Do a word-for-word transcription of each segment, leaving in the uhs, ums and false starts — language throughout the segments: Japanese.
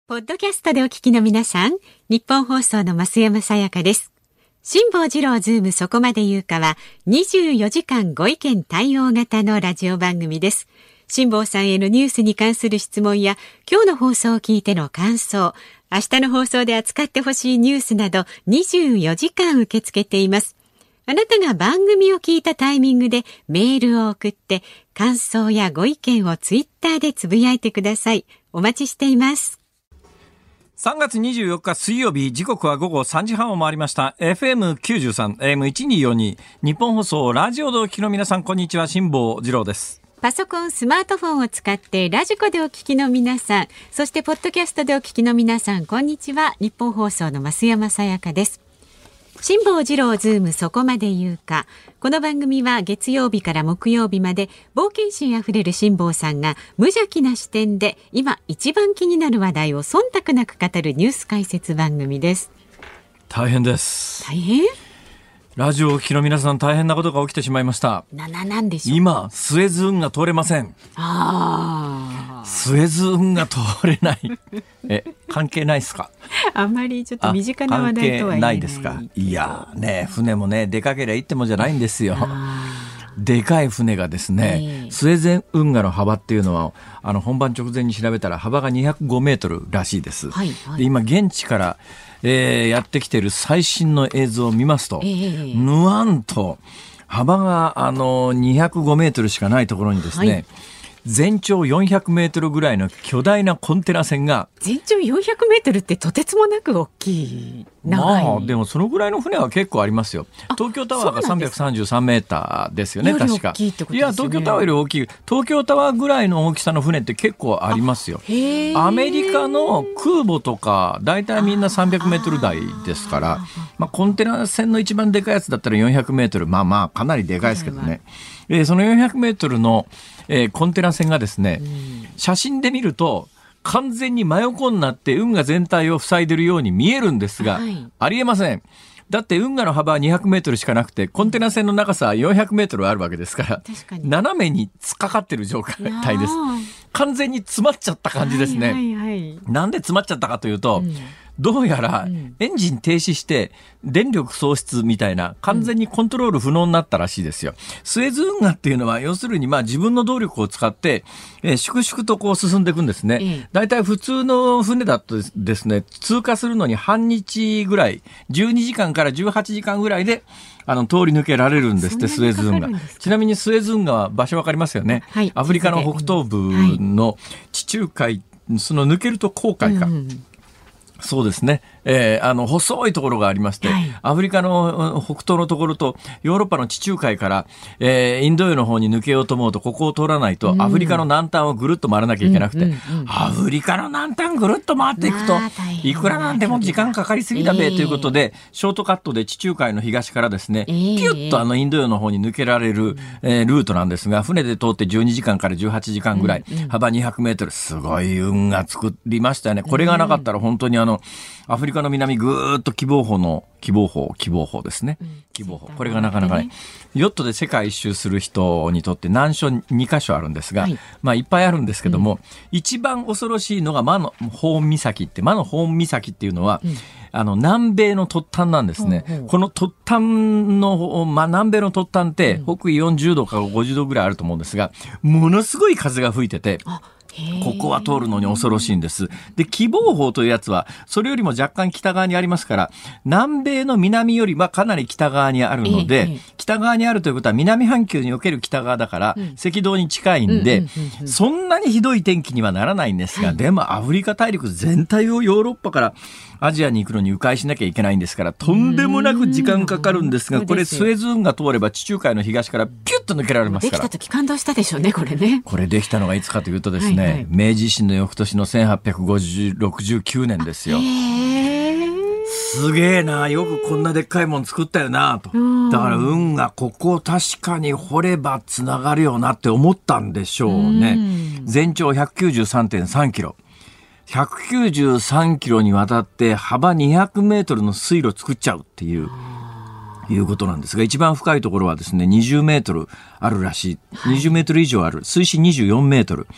ポッドキャストでお聞きの皆さん、日本放送の増山さやかです。辛坊治郎ズームそこまで言うかはにじゅうよじかんご意見対応型のラジオ番組です。辛坊さんへのニュースに関する質問や今日の放送を聞いての感想、明日の放送で扱ってほしいニュースなどにじゅうよじかん受け付けています。あなたが番組を聞いたタイミングでメールを送って感想やご意見をツイッターでつぶやいてください。お待ちしています。 さんがつにじゅうよっか水曜日、時刻は午後さんじはんを回りました。 エフエムきゅうじゅうさん エーエムせんにひゃくよんじゅうに 日本放送ラジオでお聞きの皆さん、こんにちは。辛坊治郎です。 パソコン、スマートフォンを使ってラジコでお聞きの皆さん、そしてポッドキャストでお聞きの皆さん、こんにちは。日本放送の増山さやかです。辛坊治郎ズームそこまで言うか。この番組は月曜日から木曜日まで冒険心あふれる辛坊さんが無邪気な視点で今一番気になる話題を忖度なく語るニュース解説番組です。 大変です。 大変？ ラジオをお聞きの皆さん、大変なことが起きてしまいました。 な、な、なんでしょう。 今スエズ運河通れません。 あスエズ運河通れないえ、関係ないですか？ あんまりちょっと身近な話題とは言えない。 関係ないですか？いやね、船もね、出かけりゃ行ってもじゃないんですよ。でかい船がですね、えー、スエズ運河の幅っていうのはあの本番直前に調べたら幅がにひゃくごメートルらしいです、はいはい、で今現地から、えー、やってきている最新の映像を見ますと、えー、ぬわんと幅があのにひゃくごメートルしかないところにですね、はい、全長よんひゃくメートルぐらいの巨大なコンテナ船が、 全長よんひゃくメートルってとてつもなく大きい。長い。 まあでもそのぐらいの船は結構ありますよ。東京タワーがさんびゃくさんじゅうさんメーターですよね、確か。いや、東京タワーより大きい。東京タワーぐらいの大きさの船って結構ありますよ。アメリカの空母とかだいたいみんなさんびゃくメートル台ですから、まあ、コンテナ船の一番でかいやつだったらよんひゃくメートル、まあまあかなりでかいですけどね。えー、そのよんひゃくメートルの、えー、コンテナ船がですね、写真で見ると完全に真横になって運河全体を塞いでるように見えるんですが、はい、ありえません。だって運河の幅はにひゃくメートルしかなくて、コンテナ船の長さはよんひゃくメートルあるわけですから、確かに斜めに突っかかってる状態です。完全に詰まっちゃった感じですね、はいはいはい、なんで詰まっちゃったかというと、うん、どうやらエンジン停止して電力喪失みたいな完全にコントロール不能になったらしいですよ。スエズ運河っていうのは要するにまあ自分の動力を使って、えー、粛々とこう進んでいくんですね。だいたい普通の船だとですね、通過するのに半日ぐらい、じゅうにじかんからじゅうはちじかんぐらいであの通り抜けられるんですって、スエズ運河。ちなみにスエズ運河は場所わかりますよね、はい、アフリカの北東部の地中海、その抜けると紅海か、うん、そうですね、えー、あの細いところがありまして、はい、アフリカの北東のところとヨーロッパの地中海から、えー、インド洋の方に抜けようと思うと、ここを通らないと、うん、アフリカの南端をぐるっと回らなきゃいけなくて、うんうんうん、アフリカの南端ぐるっと回っていくと、いくらなんでも時間かかりすぎだべ、えー、ということでショートカットで地中海の東からですね、えー、ピュッとあのインド洋の方に抜けられる、えー、ルートなんですが、船で通ってじゅうにじかんからじゅうはちじかんぐらい、うんうん、幅にひゃくメートル、すごい運河作りましたよね。これがなかったら本当にあのアフリカの南ぐーっと希望峰の希望峰希望峰ですね、うん、希望峰、これがなかなかね、ヨットで世界一周する人にとって難所にかしょあるんですが、はい、まあいっぱいあるんですけども、うん、一番恐ろしいのが魔のホーン岬って、魔のホーン岬っていうのは、うん、あの南米の突端なんですね、うんうん、この突端の、まあ、南米の突端って、うん、北緯よんじゅうどからごじゅうどぐらいあると思うんですが、ものすごい風が吹いてて、ここは通るのに恐ろしいんです。で、希望峰というやつはそれよりも若干北側にありますから、南米の南よりはかなり北側にあるので、ええ、北側にあるということは南半球における北側だから、うん、赤道に近いんで、うんうんうんうん、そんなにひどい天気にはならないんですが、はい、でもアフリカ大陸全体をヨーロッパからアジアに行くのに迂回しなきゃいけないんですから、とんでもなく時間かかるんですが、これスエズ運河通れば地中海の東からピュッと抜けられますから。 できた時感動したでしょうね、これね。 これできたのがいつかというとですね、はいはい、明治維新の翌年のせんはっぴゃくろくじゅうきゅうねんですよ。すげえな、よくこんなでっかいもん作ったよなと。だから運河ここ確かに掘ればつながるよなって思ったんでしょうね。全長 ひゃくきゅうじゅうさんてんさんキロ、ひゃくきゅうじゅうさんキロにわたって幅にひゃくメートルの水路を作っちゃうっていういうことなんですが、一番深いところはですねにじゅうメートルあるらしい。にじゅうメートル以上ある。水深にじゅうよんメートル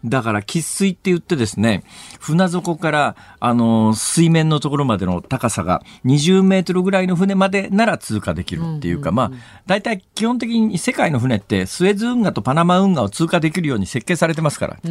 だから喫水って言ってですね、船底からあの水面のところまでの高さがにじゅうメートルぐらいの船までなら通過できるっていうか、うんうんうん、まあ大体基本的に世界の船ってスエズ運河とパナマ運河を通過できるように設計されてますから、うん、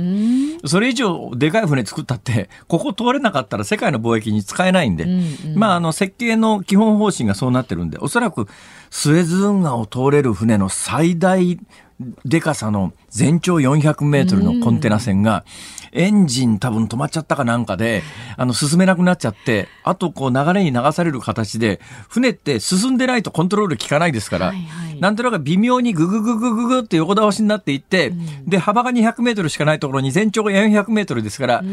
それ以上でかい船作ったってここ通れなかったら世界の貿易に使えないんで、うんうん、まああの設計の基本方針がそうなってるんで、おそらくスエズ運河を通れる船の最大でかさの全長よんひゃくメートルのコンテナ船が、エンジン多分止まっちゃったかなんかで、あの進めなくなっちゃって、あとこう流れに流される形で、船って進んでないとコントロール効かないですから、はいはい、なんとなく微妙にググググググって横倒しになっていって、うん、で幅がにひゃくメートルしかないところに全長がよんひゃくメートルですから、うん、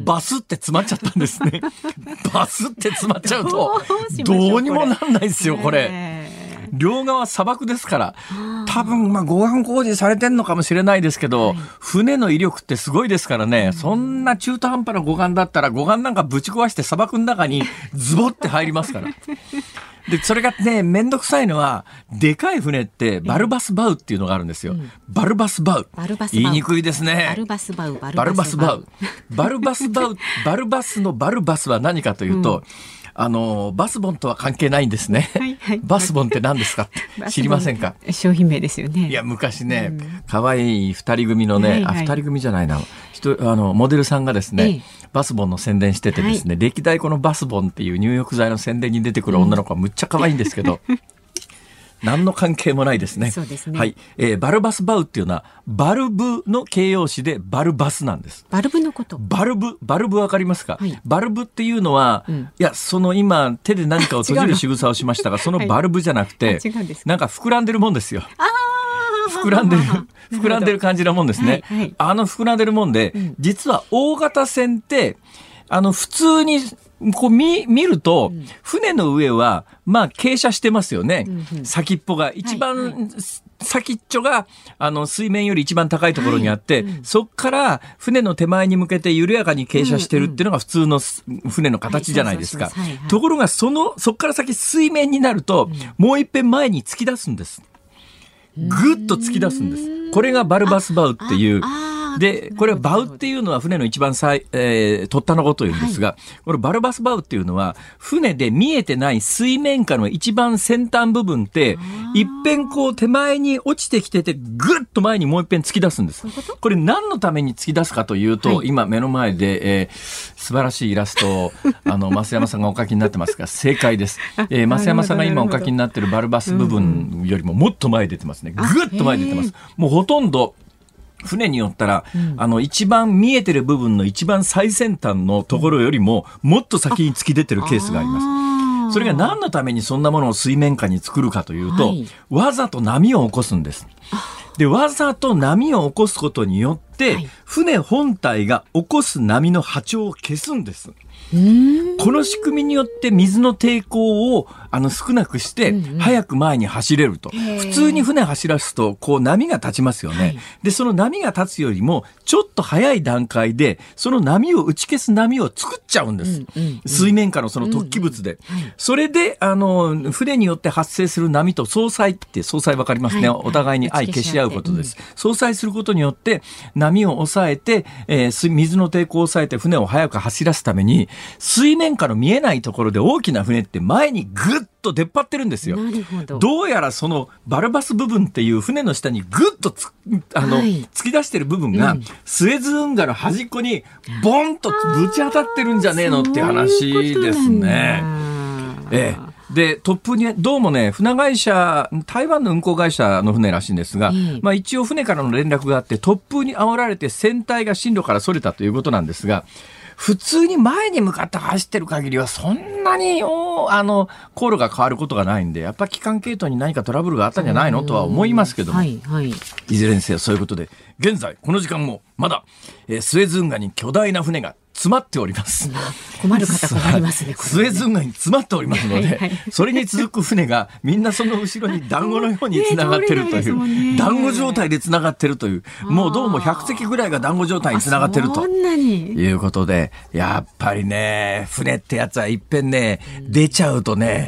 バスって詰まっちゃったんですね。バスって詰まっちゃうとどうにもなんないですよこれ。両側砂漠ですから、多分まあ護岸工事されてんのかもしれないですけど、はい、船の威力ってすごいですからね、うん、そんな中途半端な護岸だったら護岸なんかぶち壊して砂漠の中にズボって入りますから。でそれがね、めんどくさいのは、でかい船ってバルバスバウっていうのがあるんですよ、うん、バルバスバウ、バルバスバウ、言いにくいですね。 バルバスバウ、 バルバスバウ、バルバスバウ、バルバスのバルバスは何かというと、うん、あのバスボンとは関係ないんですね、はいはい、バスボンって何ですかって知りませんか。 商品名ですよね。 いや昔ね、可愛、うん、い二人組のね、はいはい、あ二人組じゃないな、あのモデルさんがですね、ええ、バスボンの宣伝しててですね、はい、歴代このバスボンっていう入浴剤の宣伝に出てくる女の子はむっちゃ可愛いんですけど、うん何の関係もないですね。 そうですね。 はい、えー、バルバスバウっていうのはバルブの形容詞でバルバスなんです。 バルブのこと。 バルブ、バルブわかりますか、はい、バルブっていうのは、うん、いやその今手で何かを閉じる仕草をしましたがそのバルブじゃなくて、はい、なんか膨らんでるもんですよ。あ膨らんでる膨らんでる感じのもんですね、はいはい、あの膨らんでるもんで、うん、実は大型船ってあの普通にこう 見, 見ると、うん、船の上はまあ傾斜してますよね、うんうん、先っぽが一番、はいはい、先っちょがあの水面より一番高いところにあって、はいうん、そっから船の手前に向けて緩やかに傾斜してるっていうのが普通の船の形じゃないですか。ところがそのそっから先水面になると、うん、もう一遍前に突き出すんです。ぐっと突き出すんです。これがバルバスバウっていう。でこれはバウっていうのは船の一番最、えー、突端のことを言うんですが、はい、これバルバスバウっていうのは船で見えてない水面下の一番先端部分って一遍こう手前に落ちてきててぐっと前にもう一遍突き出すんです。これ何のために突き出すかというと、はい、今目の前で、えー、素晴らしいイラストをあの増山さんがお描きになってますが正解です、えー、増山さんが今お描きになってるバルバス部分よりももっと前に出てますね。ぐっと前に出てます。もうほとんど船によったら、うん、あの一番見えてる部分の一番最先端のところよりももっと先に突き出てるケースがあります。それが何のためにそんなものを水面下に作るかというと、はい、わざと波を起こすんです。でわざと波を起こすことによって、はい、船本体が起こす波の波長を消すんです。この仕組みによって水の抵抗をあの少なくして早く前に走れると、うんうん、普通に船走らすとこう波が立ちますよね、はい、でその波が立つよりもちょっと早い段階でその波を打ち消す波を作っちゃうんです、うんうんうん、水面下のその突起物で、うんうんはい、それであの船によって発生する波と相殺って相殺わかりますね、はい、お互いに相消し合うことです、うん、相殺することによって波を抑えて、えー、水の抵抗を抑えて船を早く走らすために水面下の見えないところで大きな船って前にぐっと出っ張ってるんですよ。なるほど。どうやらそのバルバス部分っていう船の下にぐっとつあの、はい、突き出してる部分が、うん、スエズ運河の端っこにボンとぶち当たってるんじゃねえのっていう話ですね。ええで突風にどうもね船会社台湾の運航会社の船らしいんですが、うんまあ、一応船からの連絡があって突風に煽られて船体が進路からそれたということなんですが、普通に前に向かって走ってる限りはそんなにあの航路が変わることがないんで、やっぱ機関系統に何かトラブルがあったんじゃないのとは思いますけども、はいはい、いずれにせよそういうことで現在この時間もまだ、えー、スエズ運河に巨大な船が詰まっております。 困る方困りますね。これねスエズ運河に詰まっておりますので、はいはい、それに続く船がみんなその後ろに団子のようにつながっているという、ね、団子状態でつながっているという、もうどうもひゃくせきぐらいが団子状態につながっているということで、やっぱりね船ってやつはいっぺんね出ちゃうとね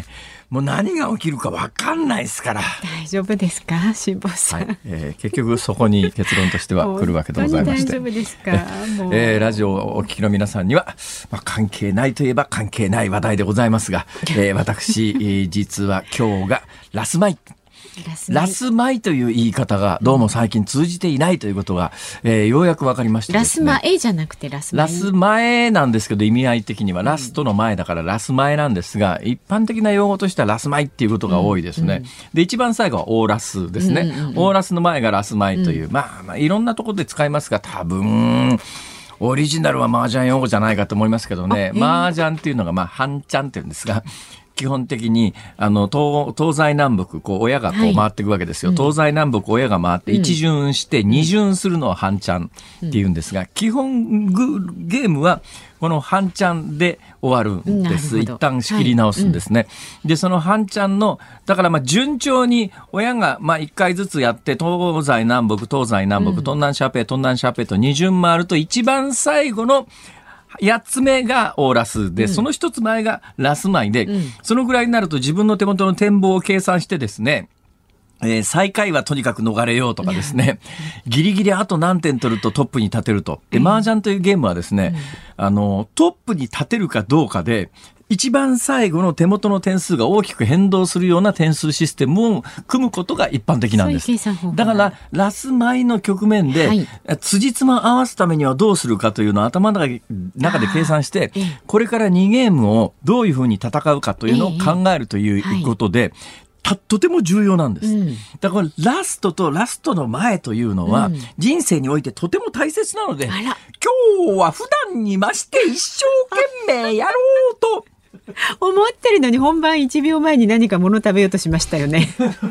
もう何が起きるか分かんないですから。 大丈夫ですか、辛坊さん。はい、 えー、結局そこに結論としては来るわけでございまして、 大丈夫ですか。もうえー、ラジオをお聞きの皆さんには、まあ、関係ないといえば関係ない話題でございますが、えー、私実は今日がラス米ラス米ラス米という言い方がどうも最近通じていないということが、えー、ようやく分かりましたですね。 ラス米じゃなくてラス米ラス米なんですけど、意味合い的にはラストの前だからラス米なんですが、一般的な用語としてはラス米っていうことが多いですね、うんうん、で一番最後はオーラスですね、うんうんうん、オーラスの前がラス米という、うん、まあ、まあいろんなところで使いますが、多分オリジナルは麻雀用語じゃないかと思いますけどね。麻雀っていうのがまあ半チャンっていうんですが、基本的にあの 東, 東西南北こう親がこう回っていくわけですよ、はい、東西南北親が回って一巡して二巡するのを半チャンっていうんですが、うん、基本ゲームはこの半チャンで終わるんです。一旦仕切り直すんですね、はいうん、でその半チャンのだからまあ順調に親がまあいっかいずつやって東西南北東西南北、うん、東南シャーペイ東南シャーペイと二巡回ると一番最後のやっつめがオーラスで、うん、その一つ前がラス米で、うん、そのぐらいになると自分の手元の展望を計算してですね、えー、最下位はとにかく逃れようとかですね、ギリギリあと何点取るとトップに立てると。で、麻雀というゲームはですね、うん、あの、トップに立てるかどうかで、一番最後の手元の点数が大きく変動するような点数システムを組むことが一般的なんです。だからラス米の局面で、はい、辻褄合わすためにはどうするかというのを頭の中で計算して、これからにゲームをどういうふうに戦うかというのを考えるということで、たとても重要なんです、うん、だからラストとラストの前というのは、うん、人生においてとても大切なので、今日は普段に増して一生懸命やろうと思ってるのに本番いちびょうまえに何か物食べようとしましたよね。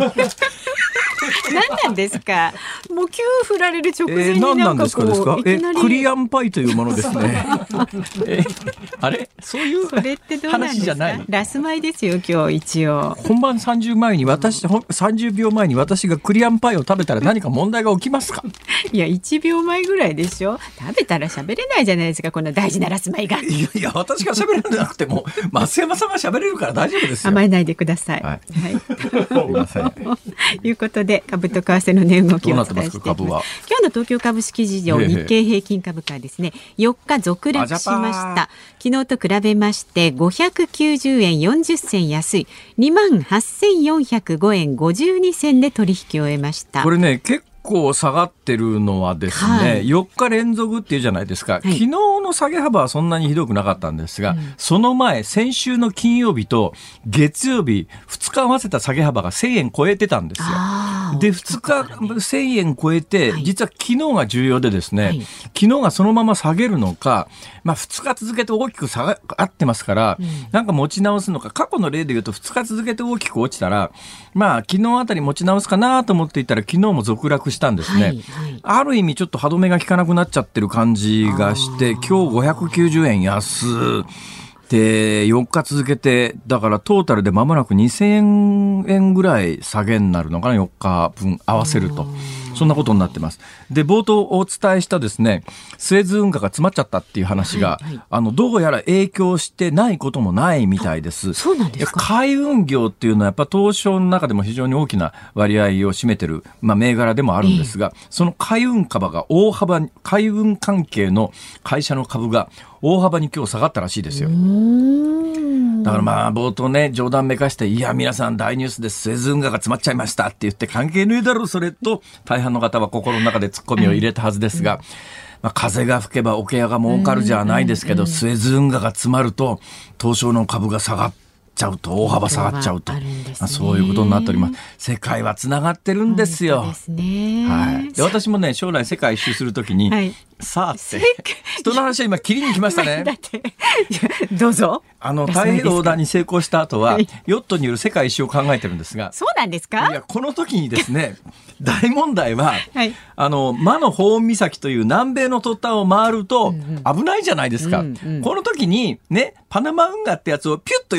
何なんですか。もう急振られる直前になんかこう、えー、何なんですかですか。 えクリアンパイというものですね。えあれそういう話じゃない。 ラス米ですよ今日一応。 本番さんじゅうまえに私さんじゅうびょうまえに私がクリアンパイを食べたら何か問題が起きますか。 いやいちびょうまえぐらいでしょ。食べたら喋れないじゃないですかこんな大事なラス米が。いやいや私が喋れるんじゃなくても増山さんが喋れるから大丈夫ですよ。 甘えないでください。はい。はい、すみません。ということで株と為替の値動きをお伝えしていきます。今日の東京株式市場日経平均株価はですねよっか続落しました。昨日と比べましてごひゃくきゅうじゅうえんよんじゅっせん安い にまんはっせんよんひゃくごえんごじゅうにせんで取引を終えました。 これね結構下がってるのはですね、はい、よっか連続っていうじゃないですか、はい、昨日の下げ幅はそんなにひどくなかったんですが、うん、その前先週の金曜日と月曜日ふつか合わせた下げ幅がせんえん超えてたんですよ。でふつかせんえん超えて、はい、実は昨日が重要でですね、はい、昨日がそのまま下げるのか、まあ、ふつか続けて大きく下がってますから、うん、なんか持ち直すのか。過去の例で言うとふつか続けて大きく落ちたらまあ昨日あたり持ち直すかなと思っていたら昨日も続落したんですね、はいはい、ある意味ちょっと歯止めが効かなくなっちゃってる感じがして今日ごひゃくきゅうじゅうえん安でよっか続けてだからトータルで間もなくにせんえんぐらい下げになるのかなよっかぶん合わせるとそんなことになってます。で冒頭お伝えしたですねスエズ運河が詰まっちゃったっていう話が、はいはい、あのどうやら影響してないこともないみたいです。 そうなんですか。 海運業っていうのはやっぱ東証の中でも非常に大きな割合を占めてる、まあ、銘柄でもあるんですが、えー、その海運株が大幅に海運関係の会社の株が大幅に今日下がったらしいですよ。だからまあ冒頭ね冗談めかしていや皆さん大ニュースですスエズ運河が詰まっちゃいましたって言って関係ねえだろそれと大半の方は心の中でツッコミを入れたはずですが、まあ、風が吹けば桶屋が儲かるじゃないですけどスエズ運河が詰まると東証の株が下がってちゃうと大幅下がっちゃうと、ね、そういうことになっております。世界はつながってるんですよ。 ですね、 はい、で私もね将来世界一周するときに、はい、さあって人の話は今切りに来ましたね。 だってどうぞ。 あの太平洋横断に成功した後は、はい、ヨットによる世界一周を考えてるんですが。 そうなんですか。 いやこの時にですね大問題は、はい、あの魔のホーン岬という南米の突端を回ると危ないじゃないですか、うんうん、この時にねパナマ運河ってやつをピュッと横切る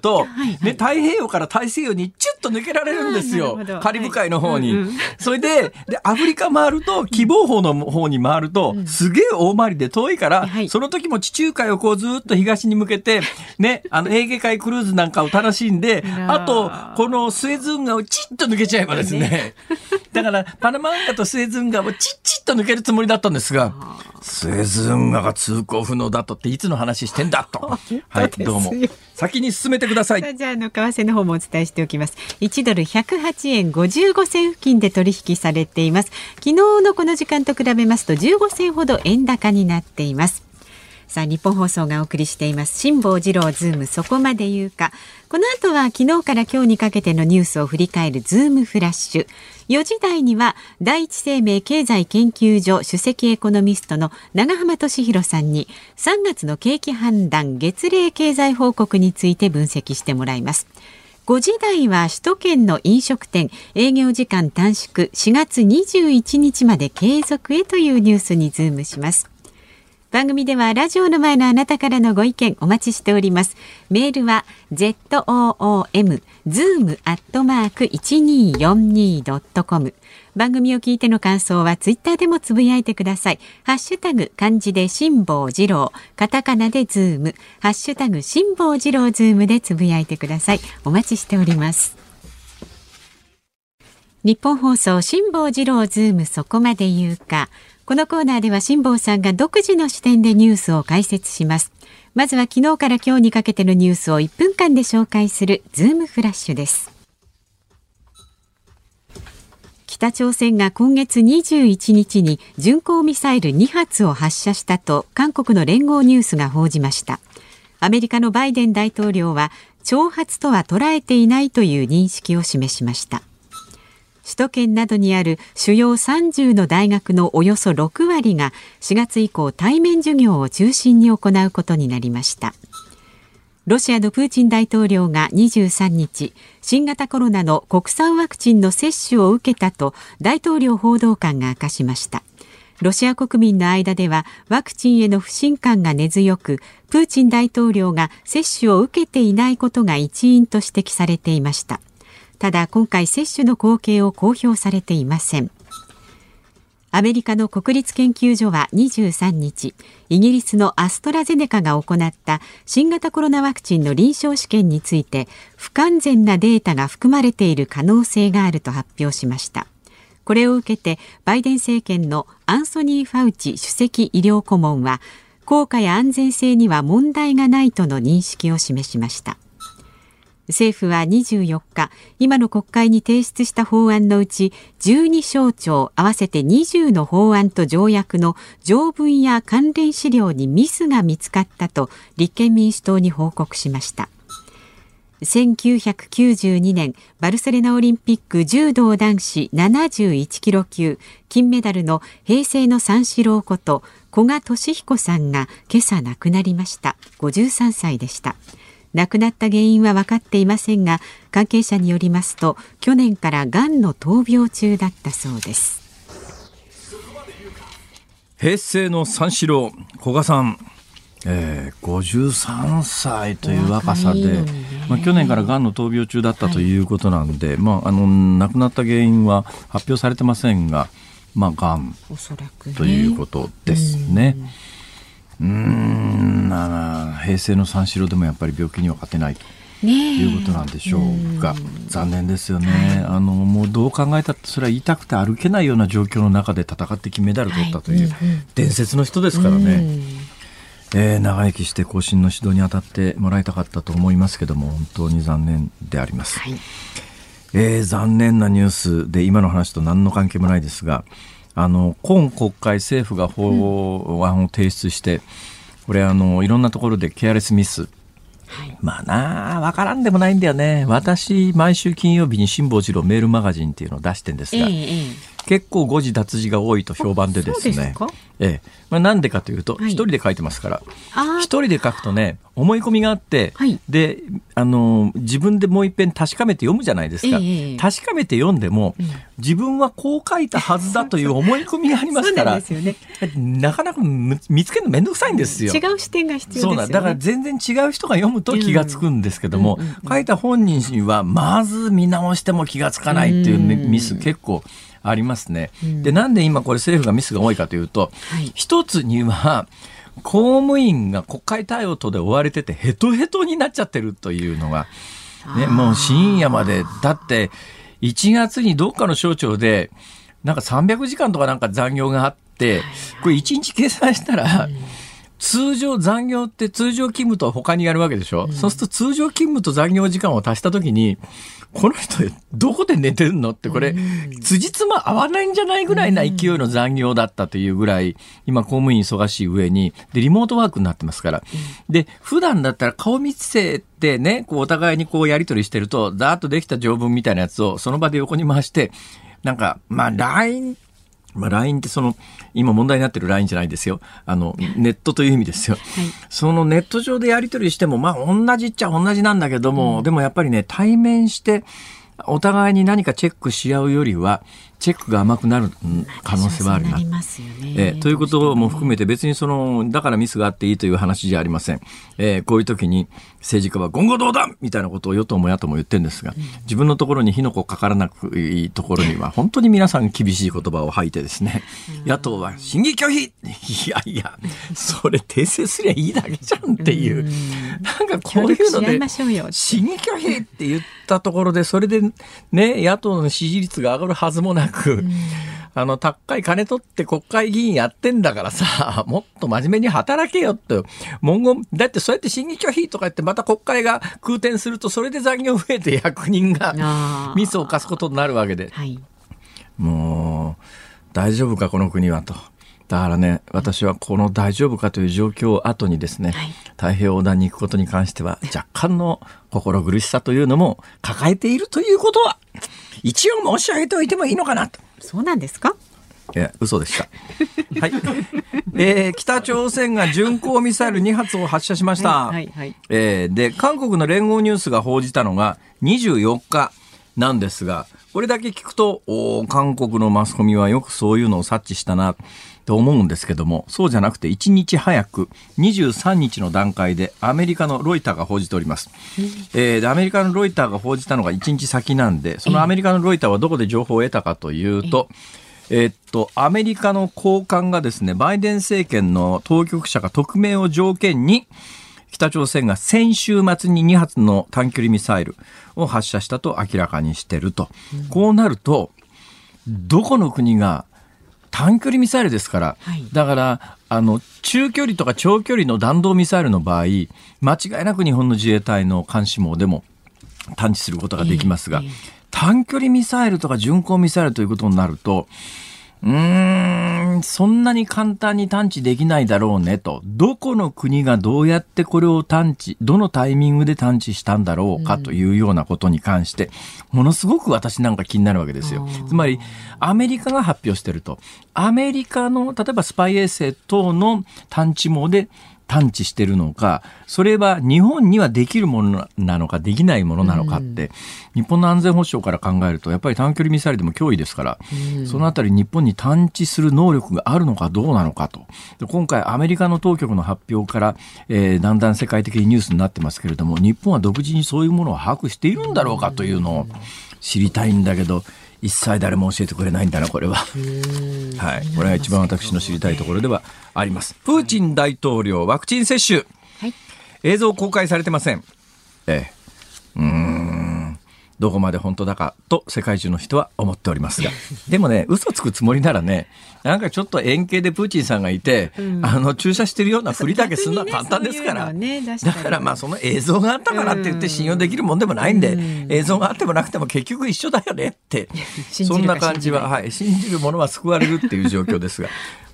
と、 はいはい、 ね、太平洋から大西洋にチュッと抜けられるんですよ。カリブ海の方に。はいうんうん、それで、で、アフリカ回ると、希望方の方に回ると、うん、すげえ大回りで遠いから、はい、その時も地中海をこうずっと東に向けて、ね、あの、エーゲ海クルーズなんかを楽しんで、あと、このスエズ運河をチッと抜けちゃえばですね。ねだから、パナマ運河とスエズ運河をチッチッと抜けるつもりだったんですが、スエズ運河が通行不能だとっていつの話してんだと。はい、どうも。先に進めてください。 じゃあ、あの、為替の方もお伝えしておきます。いちドルひゃくはちえんごじゅうごせん付近で取引されています。昨日のこの時間と比べますとじゅうごせんほど円高になっています。さあ、日本放送がお送りしています辛坊治郎ズームそこまで言うか。この後は昨日から今日にかけてのニュースを振り返るズームフラッシュ。よじ台には第一生命経済研究所首席エコノミストの長浜俊弘さんにさんがつの景気判断月例経済報告について分析してもらいます。ごじ台は首都圏の飲食店営業時間短縮しがつにじゅういちにちまで継続へというニュースにズームします。番組ではラジオの前のあなたからのご意見お待ちしております。メールは ズーム ズーム アットマーク いちにーよんにー ドットコム 番組を聞いての感想はツイッターでもつぶやいてください。ハッシュタグ漢字で辛坊治郎、カタカナでズーム、ハッシュタグ辛坊治郎ズームでつぶやいてください。お待ちしております。日本放送辛坊治郎ズームそこまで言うか。このコーナーでは辛坊さんが独自の視点でニュースを解説します。まずは昨日から今日にかけてのニュースをいっぷんかんで紹介するズームフラッシュです。北朝鮮が今月にじゅういちにちに巡航ミサイルにはつを発射したと韓国の連合ニュースが報じました。アメリカのバイデン大統領は挑発とは捉えていないという認識を示しました。首都圏などにある主要さんじゅうの大学のおよそろくわりがしがつ以降対面授業を中心に行うことになりました。ロシアのプーチン大統領がにじゅうさんにち新型コロナの国産ワクチンの接種を受けたと大統領報道官が明かしました。ロシア国民の間ではワクチンへの不信感が根強く、プーチン大統領が接種を受けていないことが一因と指摘されていました。ただ今回接種の光景を公表されていません。アメリカの国立研究所はにじゅうさんにち、イギリスのアストラゼネカが行った新型コロナワクチンの臨床試験について不完全なデータが含まれている可能性があると発表しました。これを受けてバイデン政権のアンソニー・ファウチ首席医療顧問は効果や安全性には問題がないとの認識を示しました。政府はにじゅうよっか、今の国会に提出した法案のうちじゅうにしょうちょう合わせてにじゅうの法案と条約の条文や関連資料にミスが見つかったと立憲民主党に報告しました。せんきゅうひゃくきゅうじゅうにねんバルセロナオリンピック柔道男子ななじゅういちキロきゅう金メダルの平成の三四郎こと古賀稔彦さんが今朝亡くなりました。ごじゅうさんさいでした。亡くなった原因は分かっていませんが、関係者によりますと去年からがんの闘病中だったそうです。 平成の三四郎古賀さん、えー、ごじゅうさんさいという若さで、まあ、去年からがんの闘病中だったということなんで、はい、まあ、あの亡くなった原因は発表されてませんが、まあ、がんということですね。うーん、まあ、平成の三四郎でもやっぱり病気には勝てないということなんでしょうが、残念ですよね、はい、あのもうどう考えたってそれは痛くて歩けないような状況の中で戦って金メダルを取ったという伝説の人ですからね、はい、えー、長生きして後進の指導に当たってもらいたかったと思いますけども、本当に残念であります、はい、えー、残念なニュースで今の話と何の関係もないですが、あの今国会政府が法案を提出して、うん、これあのいろんなところでケアレスミス、はい、まあなあ分からんでもないんだよね。私毎週金曜日に辛坊治郎メールマガジンっていうのを出してるんですが、えー、 結構誤字脱字が多いと評判でですね。そうですか？ええ、まあ、なんでかというと、はい、一人で書いてますから、一人で書くとね、思い込みがあって、はい、で、あの、自分でもう一遍確かめて読むじゃないですか。えー、確かめて読んでも、うん、自分はこう書いたはずだという思い込みがありますから、そうなんですよね、なかなか見つけるのめんどくさいんですよ。 違う視点が必要ですよね。 そうだ、だから全然違う人が読むと気がつくんですけども、うんうんうんうん、書いた本人はまず見直しても気がつかないっていうミス結構ありますね。うん、で、なんで今これ政府がミスが多いかというと、はい、一つには公務員が国会対応とで追われててヘトヘトになっちゃってるというのが、ね、もう深夜まで、だっていちがつにどっかの省庁でなんかさんびゃくじかんとかなんか残業があって、これいちにち計算したら、うん、通常残業って通常勤務と他にやるわけでしょ、うん、そうすると通常勤務と残業時間を足したときにこの人どこで寝てるのってこれ、うん、辻褄合わないんじゃないぐらいな勢いの残業だったというぐらい今公務員忙しい上にでリモートワークになってますから、うん、で普段だったら顔見せてねこうお互いにこうやり取りしてるとざーっとできた条文みたいなやつをその場で横に回してなんかまあ ラインまあ、ライン ってその今問題になってる ライン じゃないですよ。あのネットという意味ですよ、はい、そのネット上でやり取りしてもまあ同じっちゃ同じなんだけども、うん、でもやっぱりね対面してお互いに何かチェックし合うよりはチェックが甘くなる可能性はあるな、 なりますよね、 えー、ということも含めて別にそのだからミスがあっていいという話じゃありません、えー、こういう時に政治家は言語道断みたいなことを与党も野党も言ってるんですが、うん、自分のところに火の粉かからなくいいところには本当に皆さん厳しい言葉を吐いてですね、うん、野党は審議拒否いやいやそれ訂正すりゃいいだけじゃんっていう、うん、なんかこういうので審議拒否って言ったところでそれでね野党の支持率が上がるはずもなくうん、あの高い金取って国会議員やってんだからさもっと真面目に働けよって文言だってそうやって審議拒否とか言ってまた国会が空転するとそれで残業増えて役人がミスを犯すことになるわけで、はい、もう大丈夫かこの国はとだからね私はこの大丈夫かという状況を後にですね、はい、太平洋横断に行くことに関しては若干の心苦しさというのも抱えているということは一応申し上げておいてもいいのかなと。 そうなんですか？ いや嘘でした、はいえー、北朝鮮が巡航ミサイルにはつを発射しました、はいはいはいえー、で韓国の連合ニュースが報じたのがにじゅうよっかなんですがこれだけ聞くとお韓国のマスコミはよくそういうのを察知したなと思うんですけどもそうじゃなくていちにち早くにじゅうさんにちの段階でアメリカのロイターが報じております、えー、でアメリカのロイターが報じたのがいちにち先なんでそのアメリカのロイターはどこで情報を得たかというとえー、っとアメリカの高官がですねバイデン政権の当局者が匿名を条件に北朝鮮が先週末ににはつの短距離ミサイルを発射したと明らかにしていると、うん、こうなるとどこの国が短距離ミサイルですから、はい、だからあの中距離とか長距離の弾道ミサイルの場合間違いなく日本の自衛隊の監視網でも探知することができますが、えーえー、短距離ミサイルとか巡航ミサイルということになるとうーんそんなに簡単に探知できないだろうねとどこの国がどうやってこれを探知どのタイミングで探知したんだろうかというようなことに関してものすごく私なんか気になるわけですよ。つまりアメリカが発表してるとアメリカの例えばスパイ衛星等の探知網で探知してるのかそれは日本にはできるものなのかできないものなのかって、うん、日本の安全保障から考えるとやっぱり短距離ミサイルでも脅威ですから、うん、そのあたり日本に探知する能力があるのかどうなのかとで今回アメリカの当局の発表から、えー、だんだん世界的にニュースになってますけれども日本は独自にそういうものを把握しているんだろうかというのを知りたいんだけど一切誰も教えてくれないんだなこれは、はい、これが一番私の知りたいところではあります。プーチン大統領ワクチン接種、はい、映像公開されてません、ええ、うーんどこまで本当だかと世界中の人は思っておりますがでもね嘘つくつもりならねなんかちょっと円形でプーチンさんがいて、うん、あの注射してるようなふりだけするのは簡単ですから、ねね、だからまあその映像があったからって言って信用できるもんでもないんで、うん、映像があってもなくても結局一緒だよねってそんな感じは、はい、信じる者は救われるっていう状況ですが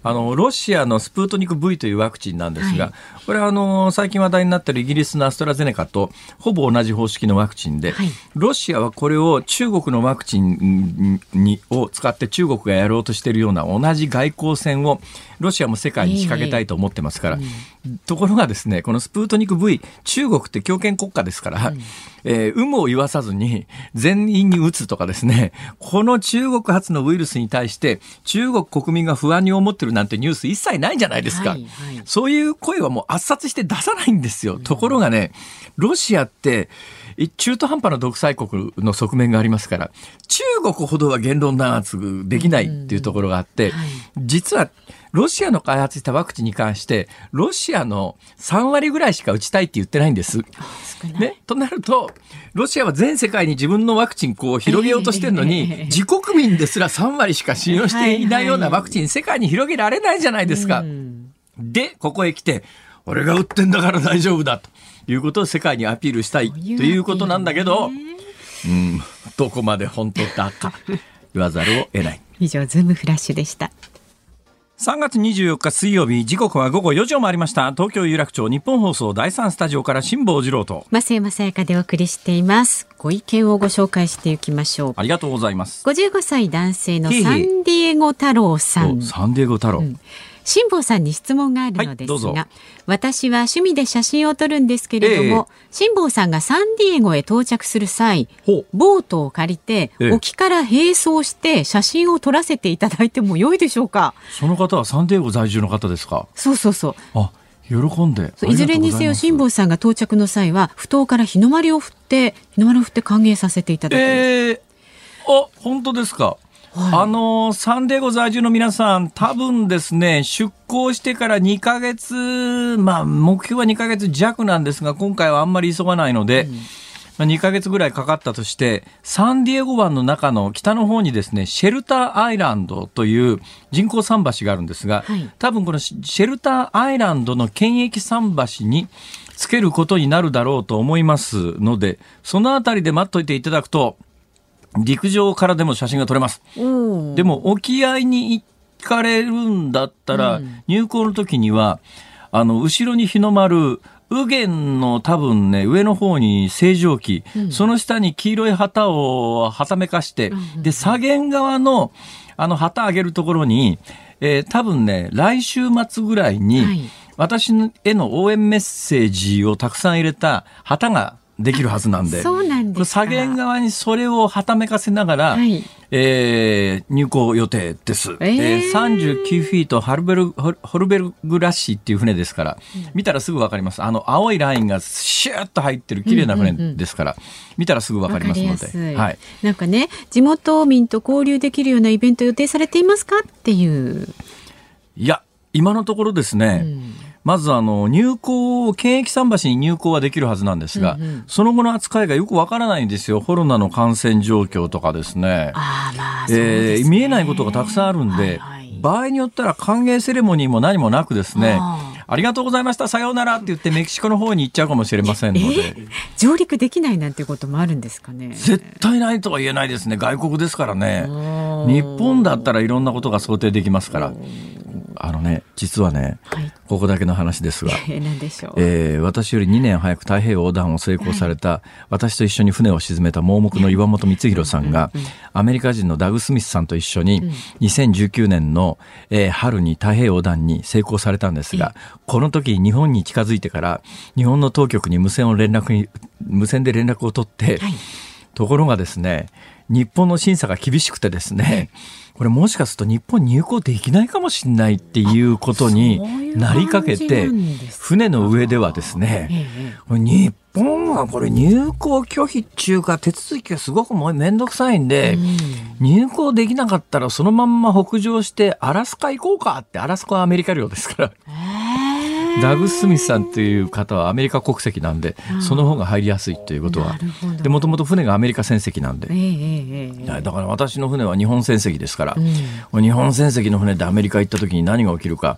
あのロシアのスプートニク V というワクチンなんですが、はい、これはあの最近話題になっているイギリスのアストラゼネカとほぼ同じ方式のワクチンで、はい、ロシアはこれを中国のワクチンにを使って中国がやろうとしているような同じ外交戦をロシアも世界に仕掛けたいと思ってますから、えーうん、ところがですね、このスプートニク V、 中国って強権国家ですから、うんえー、有無を言わさずに全員に打つとかですね、この中国発のウイルスに対して中国国民が不安に思ってるなんてニュース一切ないじゃないですか、はいはい、そういう声はもう圧殺して出さないんですよ、うん、ところがね、ロシアって中途半端な独裁国の側面がありますから、中国ほどは言論弾圧できないっていうところがあって、うんはい、実はロシアの開発したワクチンに関してロシアのさんわりぐらいしか打ちたいって言ってないんです、ね、となるとロシアは全世界に自分のワクチンこう広げようとしてるのに、えー、自国民ですらさんわりしか使用していないようなワクチン世界に広げられないじゃないですか、うん、でここへ来て俺が打ってんだから大丈夫だということを世界にアピールしたいということなんだけど、うん、どこまで本当だか言わざるを得ない。 以上ズームフラッシュでした。 さんがつにじゅうよっか水曜日、時刻はごごよじを回りました。東京有楽町日本放送だいさんスタジオから辛坊治郎と増山さやかでお送りしています。ご意見をご紹介していきましょう。 ありがとうございます。 ごじゅうごさい男性のサンディエゴ太郎さん。 サンディエゴ太郎、うん辛坊さんに質問があるのですが、はい、私は趣味で写真を撮るんですけれども、えー、辛坊さんがサンディエゴへ到着する際、ボートを借りて、えー、沖から並走して写真を撮らせていただいても良いでしょうか。 その方はサンディエゴ在住の方ですか。 そうそうそう。 あ、喜んで。 いずれにせよ辛坊さんが到着の際は埠頭から日の丸を振って日の丸を振って歓迎させていただきます。 えー、あ、本当ですか。はい、あのサンディエゴ在住の皆さん、多分ですね、出港してからにかげつ、まあ目標はにかげつじゃくなんですが、今回はあんまり急がないので、うんまあ、にかげつぐらいかかったとして、サンディエゴ湾の中の北の方にですね、シェルターアイランドという人工桟橋があるんですが、はい、多分このシェルターアイランドの検疫桟橋につけることになるだろうと思いますので、そのあたりで待っといていただくと陸上からでも写真が撮れます。でも沖合に行かれるんだったら、うん、入港の時にはあの後ろに日の丸、右舷の多分ね上の方に星条旗、うん、その下に黄色い旗をはためかして、うん、で左舷側のあの旗上げるところに、えー、多分ね来週末ぐらいに、はい、私への応援メッセージをたくさん入れた旗ができるはずなんで、 そうなんですか。 左舷側にそれをはためかせながら、はいえー、入港予定です、えーえー、さんじゅうきゅうフィートハルベルホルベルグラッシーっていう船ですから、うん、見たらすぐ分かります。あの青いラインがシューッと入ってる綺麗な船ですから、うんうんうん、見たらすぐ分かりますので、 はい、なんかね、地元民と交流できるようなイベント予定されていますかっていう。 いや今のところですね、うんまずあの入港、検疫桟橋に入港はできるはずなんですが、うんうん、その後の扱いがよくわからないんですよ。コロナの感染状況とかですね。 あまあそうですね、 えー、見えないことがたくさんあるんで、はいはい、場合によったら歓迎セレモニーも何もなくですね、あ, ありがとうございましたさようならって言ってメキシコの方に行っちゃうかもしれませんので、えー、 上陸できないなんていうこともあるんですかね。 絶対ないとは言えないですね。外国ですからね。日本だったらいろんなことが想定できますから。あのね、実はね、はい、ここだけの話ですが、 何でしょう、 えー、私よりにねん早く太平洋横断を成功された、はい、私と一緒に船を沈めた盲目の岩本光弘さんが、うんうんうん、アメリカ人のダグ・スミスさんと一緒に、うん、にせんじゅうきゅうねんの、えー、春に太平洋横断に成功されたんですが、この時日本に近づいてから日本の当局に無線を連絡に無線で連絡を取って、はい、ところがですね、日本の審査が厳しくてですね、これもしかすると日本入港できないかもしれないっていうことになりかけて、船の上ではですね、日本はこれ入港拒否っていうか手続きがすごくもうめんどくさいんで、入港できなかったらそのまんま北上してアラスカ行こうかって。アラスカはアメリカ領ですからダグ・スミスさんという方はアメリカ国籍なんで、その方が入りやすいということは、でもともと船がアメリカ船籍なんで、えーえー、だから私の船は日本船籍ですから、うん、日本船籍の船でアメリカ行った時に何が起きるか、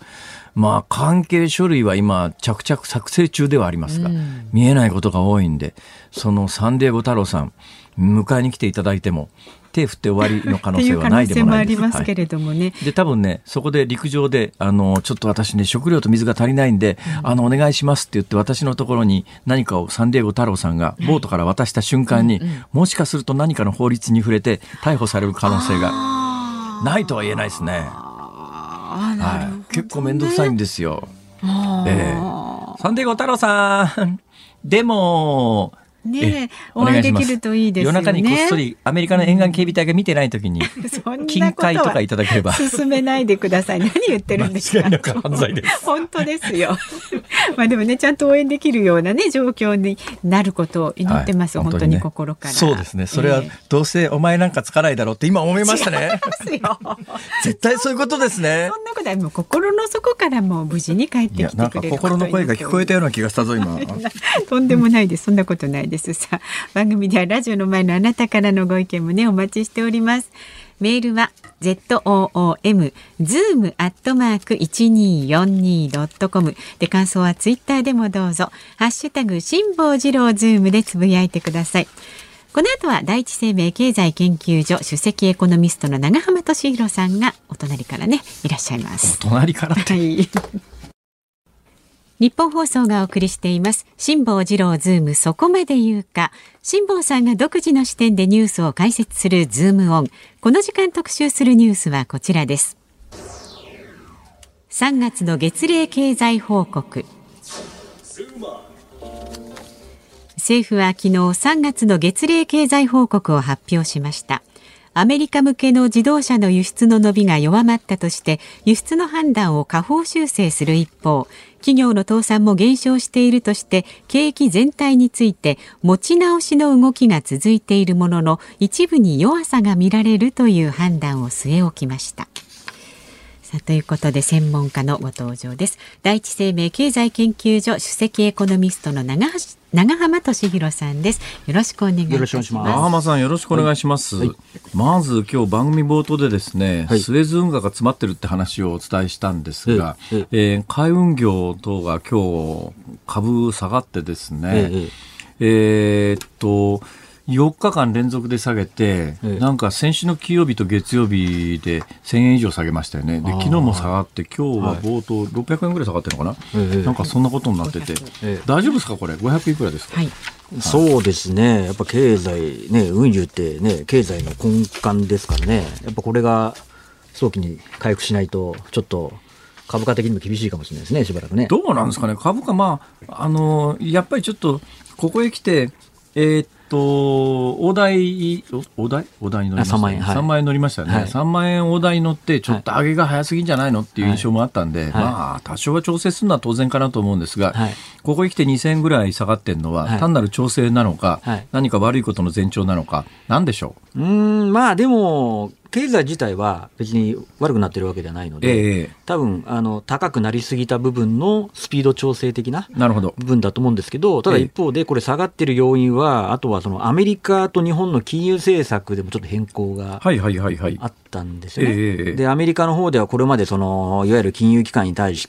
まあ関係書類は今着々作成中ではありますが、うん、見えないことが多いんで、そのサンディエゴ太郎さん迎えに来ていただいても手振って終わりの可能性はないでもないです。 っていう可能性もありますけれどもね、 はい、で多分ねそこで陸上であのちょっと私ね食料と水が足りないんで、うん、あのお願いしますって言って私のところに何かをサンディエゴ太郎さんがボートから渡した瞬間に、はいうんうん、もしかすると何かの法律に触れて逮捕される可能性がないとは言えないですね。 あなるほどね、 はい、結構めんどくさいんですよ。えー、サンディエゴ太郎さんでもねえ、お会いできるといいですよね。 夜中にこっそりアメリカの沿岸警備隊が見てないときに金塊とかいただければ。 進めないでください。何言ってるんですか。 間違いなく犯罪です。 本当ですよ。まあでもねちゃんと応援できるようなね状況になることを祈ってます、はい、本当に心から。 そうですね。それはどうせお前なんかつかないだろうって今思いましたね。絶対そういうことですね。 そんなことはもう心の底からもう無事に帰ってきてくれる。いやなんか心の声が聞こえたような気がしたぞ今。 とんでもないです。そんなことないです。さあ番組ではラジオの前のあなたからのご意見もねお待ちしております。メールは ズーム ズーム アットマーク いちにーよんにー ドットコム で感想はツイッターでもどうぞハッシュタグ辛坊治郎ズームでつぶやいてください。この後は第一生命経済研究所首席エコノミストの長浜俊弘さんがお隣からねいらっしゃいます。 お隣からって、 はい日本放送がお送りしています辛坊治郎ズームそこまで言うか。辛坊さんが独自の視点でニュースを解説するズームオン。この時間特集するニュースはこちらです。さんがつの月例経済報告。政府は昨日さんがつの月例経済報告を発表しました。アメリカ向けの自動車の輸出の伸びが弱まったとして輸出の判断を下方修正する一方、企業の倒産も減少しているとして景気全体について持ち直しの動きが続いているものの一部に弱さが見られるという判断を据え置きました。さあということで専門家のご登場です。第一生命経済研究所首席エコノミストの長橋長浜俊弘さんです。よろしくお願いいたします。 長浜さんよろしくお願いします、はいはい、まず今日番組冒頭でですね、はい、スエズ運河が詰まってるって話をお伝えしたんですが、はいえー、海運業等が今日株下がってですね、はい、えー、っとよっかかん連続で下げて、ええ、なんか先週の金曜日と月曜日でせんえん以上下げましたよね。で昨日も下がって今日は冒頭ろっぴゃくえんぐらい下がってるのかな、ええ、なんかそんなことになってて、ええ、大丈夫ですかこれごひゃくいくらですか、はいはい、 そうですねやっぱ経済ね運輸ってね経済の根幹ですからねやっぱこれが早期に回復しないとちょっと株価的にも厳しいかもしれないですねしばらくね。 どうなんですかね株価まああのやっぱりちょっとここへ来てえーと大台大台大台に乗りましたね。さんまんえん、はい、さんまんえん乗りましたね、はい、さんまんえん大台に乗ってちょっと上げが早すぎんじゃないのっていう印象もあったんで、はい、まあ多少は調整するのは当然かなと思うんですが、はい、ここへ来てにせんえんぐらい下がってるのは単なる調整なのか、はい、何か悪いことの前兆なのか何でしょう。 うーんまあでも経済自体は別に悪くなってるわけではないので、ええ、多分あの高くなりすぎた部分のスピード調整的な部分だと思うんですけど、ただ一方でこれ下がってる要因はあとはそのアメリカと日本の金融政策でもちょっと変更があったんですよね、ええ、でアメリカの方ではこれまでそのいわゆる金融機関に対して、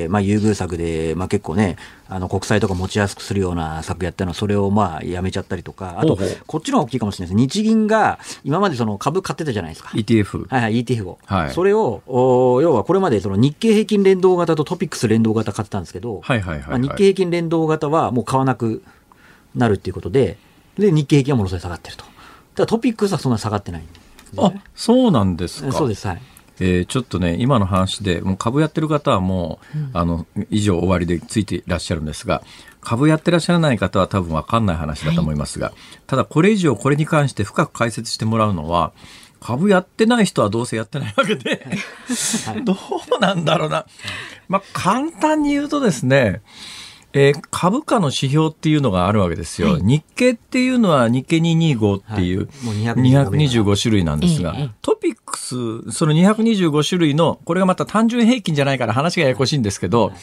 まあ、優遇策で、まあ、結構ねあの国債とか持ちやすくするような策やったのはそれをまあやめちゃったりとかあとこっちの方が大きいかもしれないです。日銀が今までその株買ってたじゃないですかイーティーエフはいはい イーティーエフ を、はい、それを要はこれまでその日経平均連動型とトピックス連動型買ってたんですけど、はいはいはいはい、まあ、日経平均連動型はもう買わなくなるっていうことでで日経平均はものすごい下がってると。ただトピックスはそんな下がってないんです、 ね、あそうなんですか。 そうです、はい。 えー、ちょっとね今の話でもう株やってる方はもう、うん、あの以上終わりでついていらっしゃるんですが株やってらっしゃらない方は多分分かんない話だと思いますが、はい、ただこれ以上これに関して深く解説してもらうのは株やってない人はどうせやってないわけで、はい、どうなんだろうな、まあ、簡単に言うとですねえー、株価の指標っていうのがあるわけですよ、はい、日経っていうのは日経にひゃくにじゅうごっていう、はい、にひゃくにじゅうご種類なんですが、ええ、トピックスそのにひゃくにじゅうご種類のこれがまた単純平均じゃないから話がややこしいんですけど、はい、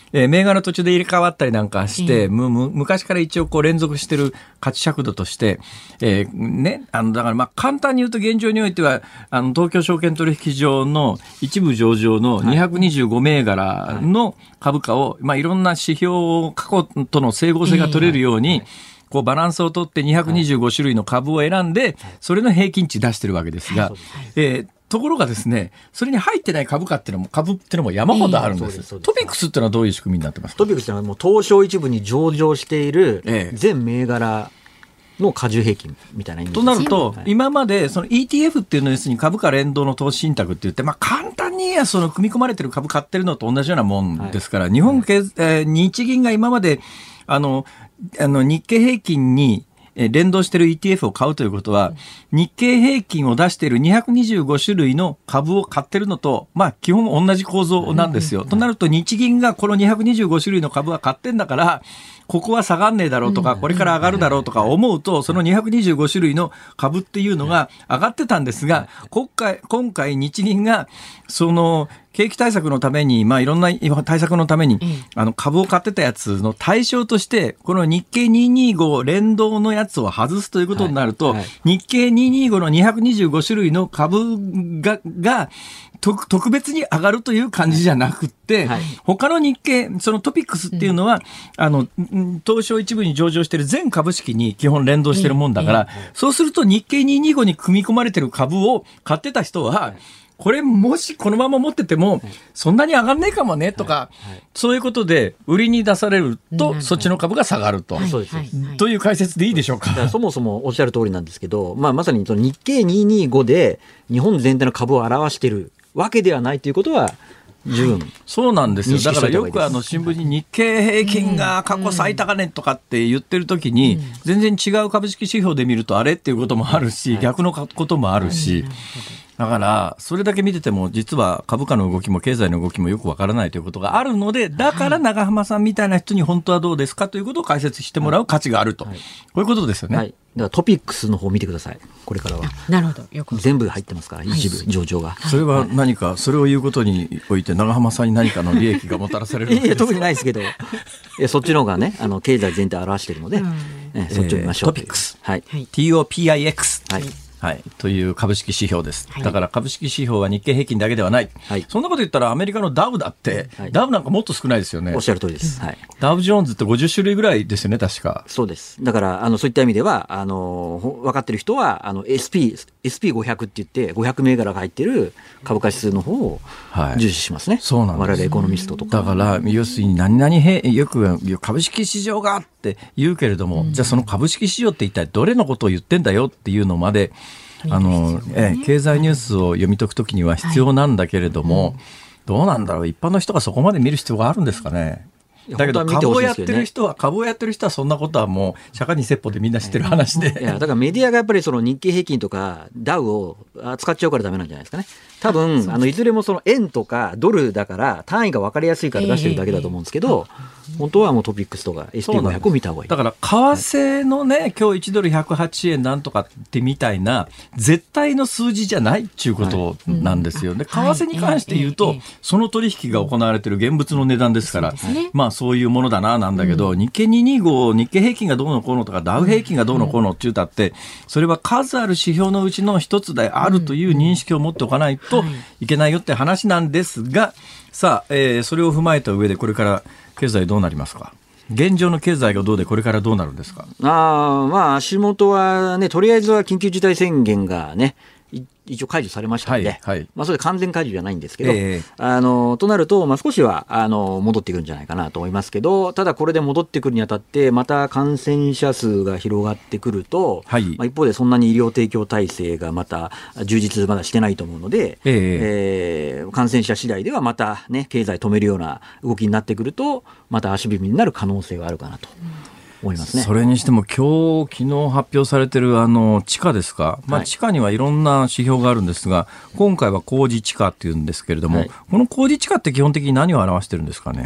えー、銘柄途中で入れ替わったりなんかして、うん、むむ昔から一応こう連続してる価値尺度として、えー、ね、あのだからまあ簡単に言うと現状においてはあの東京証券取引所の一部上場のにひゃくにじゅうご銘柄の株価を、まあいろんな指標を過去との整合性が取れるように、えーはいこうバランスを取ってにひゃくにじゅうご種類の株を選んで、それの平均値出してるわけですが、えー、ところがですね、それに入ってない株価っていうのも、株っていうのも山ほどあるんです。えー、トピックスっていうのはどういう仕組みになってますか？ トピックスっていうのはもう東証一部に上場している全銘柄の加重平均みたいな意味です。 となると、はい、今までその イーティーエフ っていうのは要するに株価連動の投資信託って言って、まあ簡単にはその組み込まれてる株買ってるのと同じようなもんですから、はい、日本経、えー、日銀が今まであのあの日経平均に連動している イーティーエフ を買うということは、日経平均を出しているにひゃくにじゅうご種類の株を買ってるのと、まあ基本同じ構造なんですよ。となると日銀がこのにひゃくにじゅうご種類の株は買ってんだから、ここは下がんねえだろうとか、これから上がるだろうとか思うと、そのにひゃくにじゅうご種類の株っていうのが上がってたんですが、今回、今回日銀が、その、景気対策のために、まあいろんな対策のために、あの株を買ってたやつの対象として、この日経にひゃくにじゅうご連動のやつを外すということになると、日経にひゃくにじゅうごのにひゃくにじゅうご種類の株が、が、特別に上がるという感じじゃなくって、はい、他の日経、そのトピックスっていうのは、うん、あの、東証一部に上場している全株式に基本連動しているもんだから、うんうん、そうすると日経にひゃくにじゅうごに組み込まれている株を買ってた人は、はい、これもしこのまま持ってても、そんなに上がんねえかもねとか、はいはい、そういうことで売りに出されると、うん、そっちの株が下がると、はいはいはい、という解説でいいでしょうか。 だからそもそもおっしゃる通りなんですけど、まあ、まさにその日経にひゃくにじゅうごで日本全体の株を表しているわけではないということは十分、はい、 そうなんですよ。だからよくあの新聞に日経平均が過去最高値とかって言ってるときに、全然違う株式指標で見るとあれっていうこともあるし、逆のこともあるし、だからそれだけ見てても実は株価の動きも経済の動きもよくわからないということがあるので、だから長濱さんみたいな人に本当はどうですかということを解説してもらう価値があると、はい、こういうことですよね。はい、 だからトピックスの方を見てください。これからはなるほど、よく全部入ってますから、一部上場が、 はい、それは何か、それを言うことにおいて長濱さんに何かの利益がもたらされるわけですか？いや特にないですけど、いやそっちの方がね、あの経済全体を表しているので、うん、えそっちを見ましょう。 トピックス、はい、ティーオーピーアイエックス、はいはい、という株式指標です、はい、だから株式指標は日経平均だけではない、はい、そんなこと言ったらアメリカのダウだって、はい、ダウなんかもっと少ないですよね。 おっしゃる通りです、はい、 ダウジョーンズってごじゅう種類ぐらいですよね確か。 そうです。だからあのそういった意味ではあの分かってる人はあの エスピー、エスピーごひゃく って言ってごひゃく銘柄が入ってる株価指数の方を重視しますね、はい、 そうなんです。 我々エコノミストとかだから要するに何々へよく株式市場がって言うけれども、うん、じゃあその株式市場って一体どれのことを言ってんだよっていうのまであのええ、経済ニュースを読み解くときには必要なんだけれども、はい、どうなんだろう、一般の人がそこまで見る必要があるんですかね。だけど株をやってる人は株をやってる人はそんなことはもう釈迦に説法でみんな知ってる話で、 いやだからメディアがやっぱりその日経平均とかダウを扱っちゃうからダメなんじゃないですかね。多分あのいずれもその円とかドルだから単位が分かりやすいから出してるだけだと思うんですけど、本当はもうトピックスとか エスピーごひゃく を見た方がいい。 だから為替のね、はい、今日いちドルひゃくはちえんなんとかってみたいな絶対の数字じゃないっていうことなんですよね、はい、で為替に関して言うと、はい、その取引が行われている現物の値段ですから、はい、まあそういうものだななんだけど、うん、日経にひゃくにじゅうご日経平均がどうのこうのとかダウ平均がどうのこうのって言ったって、それは数ある指標のうちの一つであるという認識を持っておかないといけないよって話なんですが、さあ、えー、それを踏まえた上でこれから経済どうなりますか。現状の経済がどうでこれからどうなるんですか。 あまあ足元はね、とりあえずは緊急事態宣言がね一応解除されましたので、はいはい、まあ、それ完全解除じゃないんですけど、えー、あのとなると、まあ、少しはあの戻ってくるんじゃないかなと思いますけど、ただこれで戻ってくるにあたってまた感染者数が広がってくると、はい、まあ、一方でそんなに医療提供体制がまた充実まだしてないと思うので、えーえー、感染者次第ではまた、ね、経済止めるような動きになってくるとまた足踏みになる可能性があるかなと。思いますね。 それにしても今日昨日発表されているあの地価ですか、まあ、地価にはいろんな指標があるんですが、今回は公示地価っていうんですけれども、はい、この公示地価って基本的に何を表してるんですかね。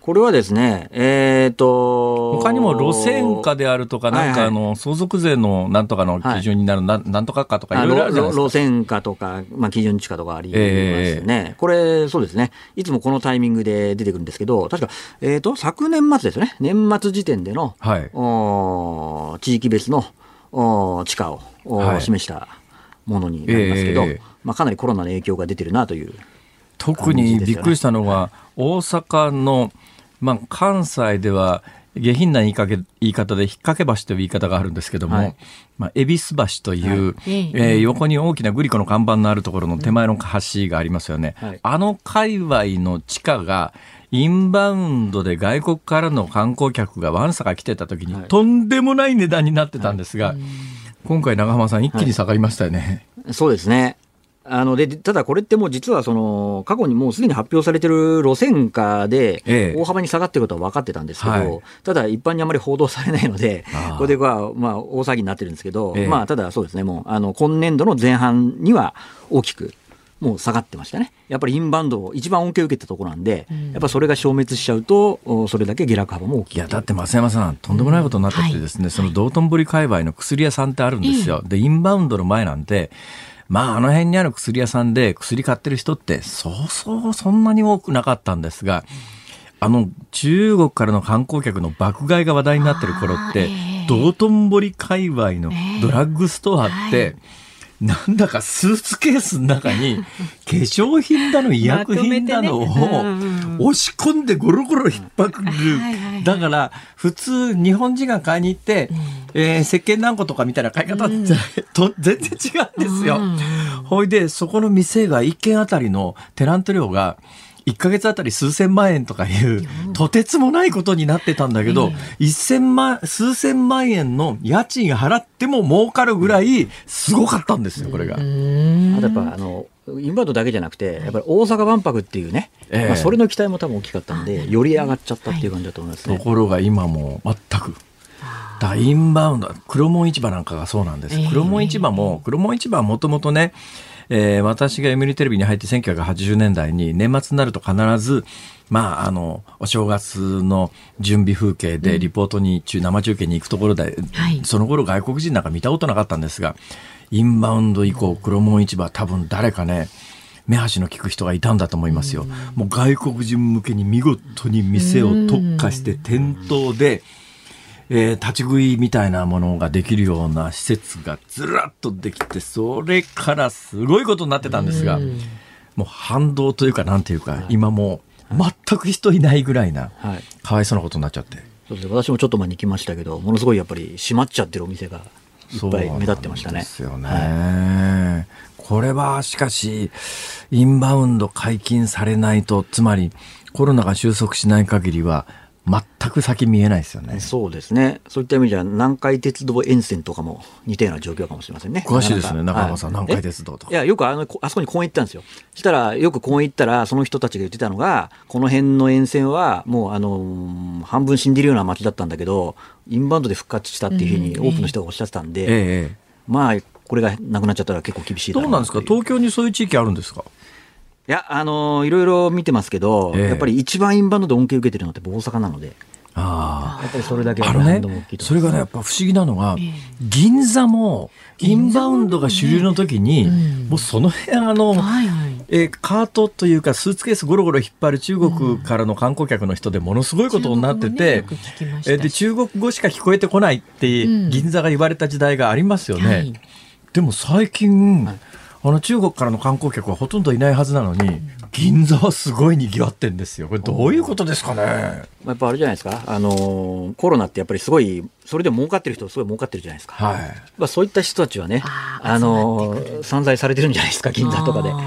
これはですね、えっ、ー、と他にも路線価であるとか、なんかあの、はいはい、相続税のなんとかの基準になる、はい、なんとかかとかいろいろあるじゃないですか。 路線価とか、まあ、基準地価とかありますね、えー。これ、そうですね。いつもこのタイミングで出てくるんですけど、確か、えっ、ー、と、昨年末ですよね。年末時点での、はい、お地域別のお地価を、はい、示したものになりますけど、えーまあ、かなりコロナの影響が出てるなという、ね。 特にびっくりしたのは、はい、大阪のまあ、関西では下品な言いかけ言い方で引っ掛け橋という言い方があるんですけども、はいまあ、恵比寿橋という、はいえー、横に大きなグリコの看板のあるところの手前の橋がありますよね、はい、あの界隈の地価がインバウンドで外国からの観光客がわんさか来てた時に、はい、とんでもない値段になってたんですが、はい、今回長浜さん一気に下がりましたよね、 はい、そうですね。あのでただこれってもう実はその過去にもうすでに発表されてる路線価で大幅に下がってることは分かってたんですけど、ええはい、ただ一般にあまり報道されないのでこれではまあ大騒ぎになってるんですけど、え、まあただそうですね、もうあの今年度の前半には大きくもう下がってましたね。やっぱりインバウンド一番恩恵を受けたところなんで、うん、やっぱそれが消滅しちゃうとそれだけ下落幅も大きい。 いやだって増山さんとんでもないことになっててですね、うんはい、その道頓堀界隈の薬屋さんってあるんですよ、うん、でインバウンドの前なんてまああの辺にある薬屋さんで薬買ってる人ってそうそうそんなに多くなかったんですが、あの中国からの観光客の爆買いが話題になってる頃って、えー、道頓堀界隈のドラッグストアって、えーはいなんだかスーツケースの中に化粧品だの医薬品だのを押し込んでゴロゴロ引っ張る。だから普通日本人が買いに行って、えー、石鹸何個とかみたいな買い方ってと全然違うんですよ。ほいでそこの店がいっけんあたりのテナント料がいっかげつあたり数千万円とかいうとてつもないことになってたんだけど、えー、せんまん数千万円の家賃払っても儲かるぐらいすごかったんですよこれが。あとやっぱあのインバウンドだけじゃなくてやっぱり大阪万博っていうね、えーまあ、それの期待も多分大きかったんでより上がっちゃったっていう感じだと思いますね。 ところが今も全くだインバウンド黒門市場なんかがそうなんです。黒門市場も黒門市場はもともとねえー、私が読売テレビに入ってせんきゅうひゃくはちじゅうねんだいに年末になると必ず、まあ、あのお正月の準備風景でリポートに、うん、生中継に行くところで、はい、その頃外国人なんか見たことなかったんですがインバウンド以降黒門市場多分誰かね目端の利く人がいたんだと思いますよ、うん、もう外国人向けに見事に店を特化して店頭でえー、立ち食いみたいなものができるような施設がずらっとできてそれからすごいことになってたんですが、うんもう反動というかなんていうか、はい、今もう全く人いないぐらいな、はい、かわいそうなことになっちゃって。 そうですね、私もちょっと前に行きましたけどものすごいやっぱり閉まっちゃってるお店がいっぱい目立ってましたね。 そうなんですよね、はい、これはしかしインバウンド解禁されないとつまりコロナが収束しない限りは全く先見えないですよね。 そうですね。そういった意味じゃ南海鉄道沿線とかも似たような状況かもしれませんね。 詳しいですね中山さん、はい、南海鉄道とか。 いやよくあのあそこに公園行ったんですよ。したらよく公園行ったらその人たちが言ってたのがこの辺の沿線はもうあのー、半分死んでるような街だったんだけどインバウンドで復活したっていうふうに多くの人がおっしゃってたんで、うんええ、まあこれがなくなっちゃったら結構厳しいだろうな。 どうなんですか東京にそういう地域あるんですか。 いやあのー、いろいろ見てますけど、ええ、やっぱり一番インバウンドで恩恵を受けてるのって大阪なので。あやっぱりそれだけあのね、それがねやっぱ不思議なのが、えー、銀座もインバウンドが主流の時に、うん、もうその辺あの、はいはいえー、カートというかスーツケースゴロゴロ引っ張る中国からの観光客の人でものすごいことになってて、うんね、えー、で中国語しか聞こえてこないって銀座が言われた時代がありますよね、うんはい、でも最近、はいあの中国からの観光客はほとんどいないはずなのに銀座はすごい賑わってんですよ。これどういうことですかね。 やっぱあれじゃないですか、あのコロナってやっぱりすごいそれでも儲かってる人すごい儲かってるじゃないですか、はいまあ、そういった人たちはねああの散財されてるんじゃないですか銀座とかで、はい、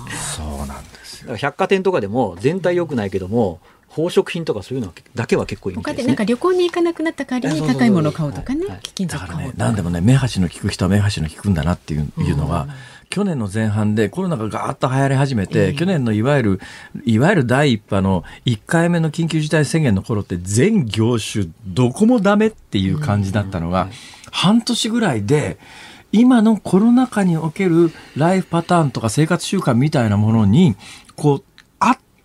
そうなんですよ。 百貨店とかでも全体良くないけども宝飾品とかそういうのだけは結構いいみたいですね。 他でなんか旅行に行かなくなった代わりに高いものを買うとかね、貴金属買うとか、 ね、なんでもね目端の利く人は目端の利くんだなっていう、いうのが去年の前半でコロナがガーッと流行り始めて、えー、去年のいわゆるいわゆる第一波のいっかいめの緊急事態宣言の頃って全業種どこもダメっていう感じだったのが、うん、半年ぐらいで今のコロナ禍におけるライフパターンとか生活習慣みたいなものにこう合っ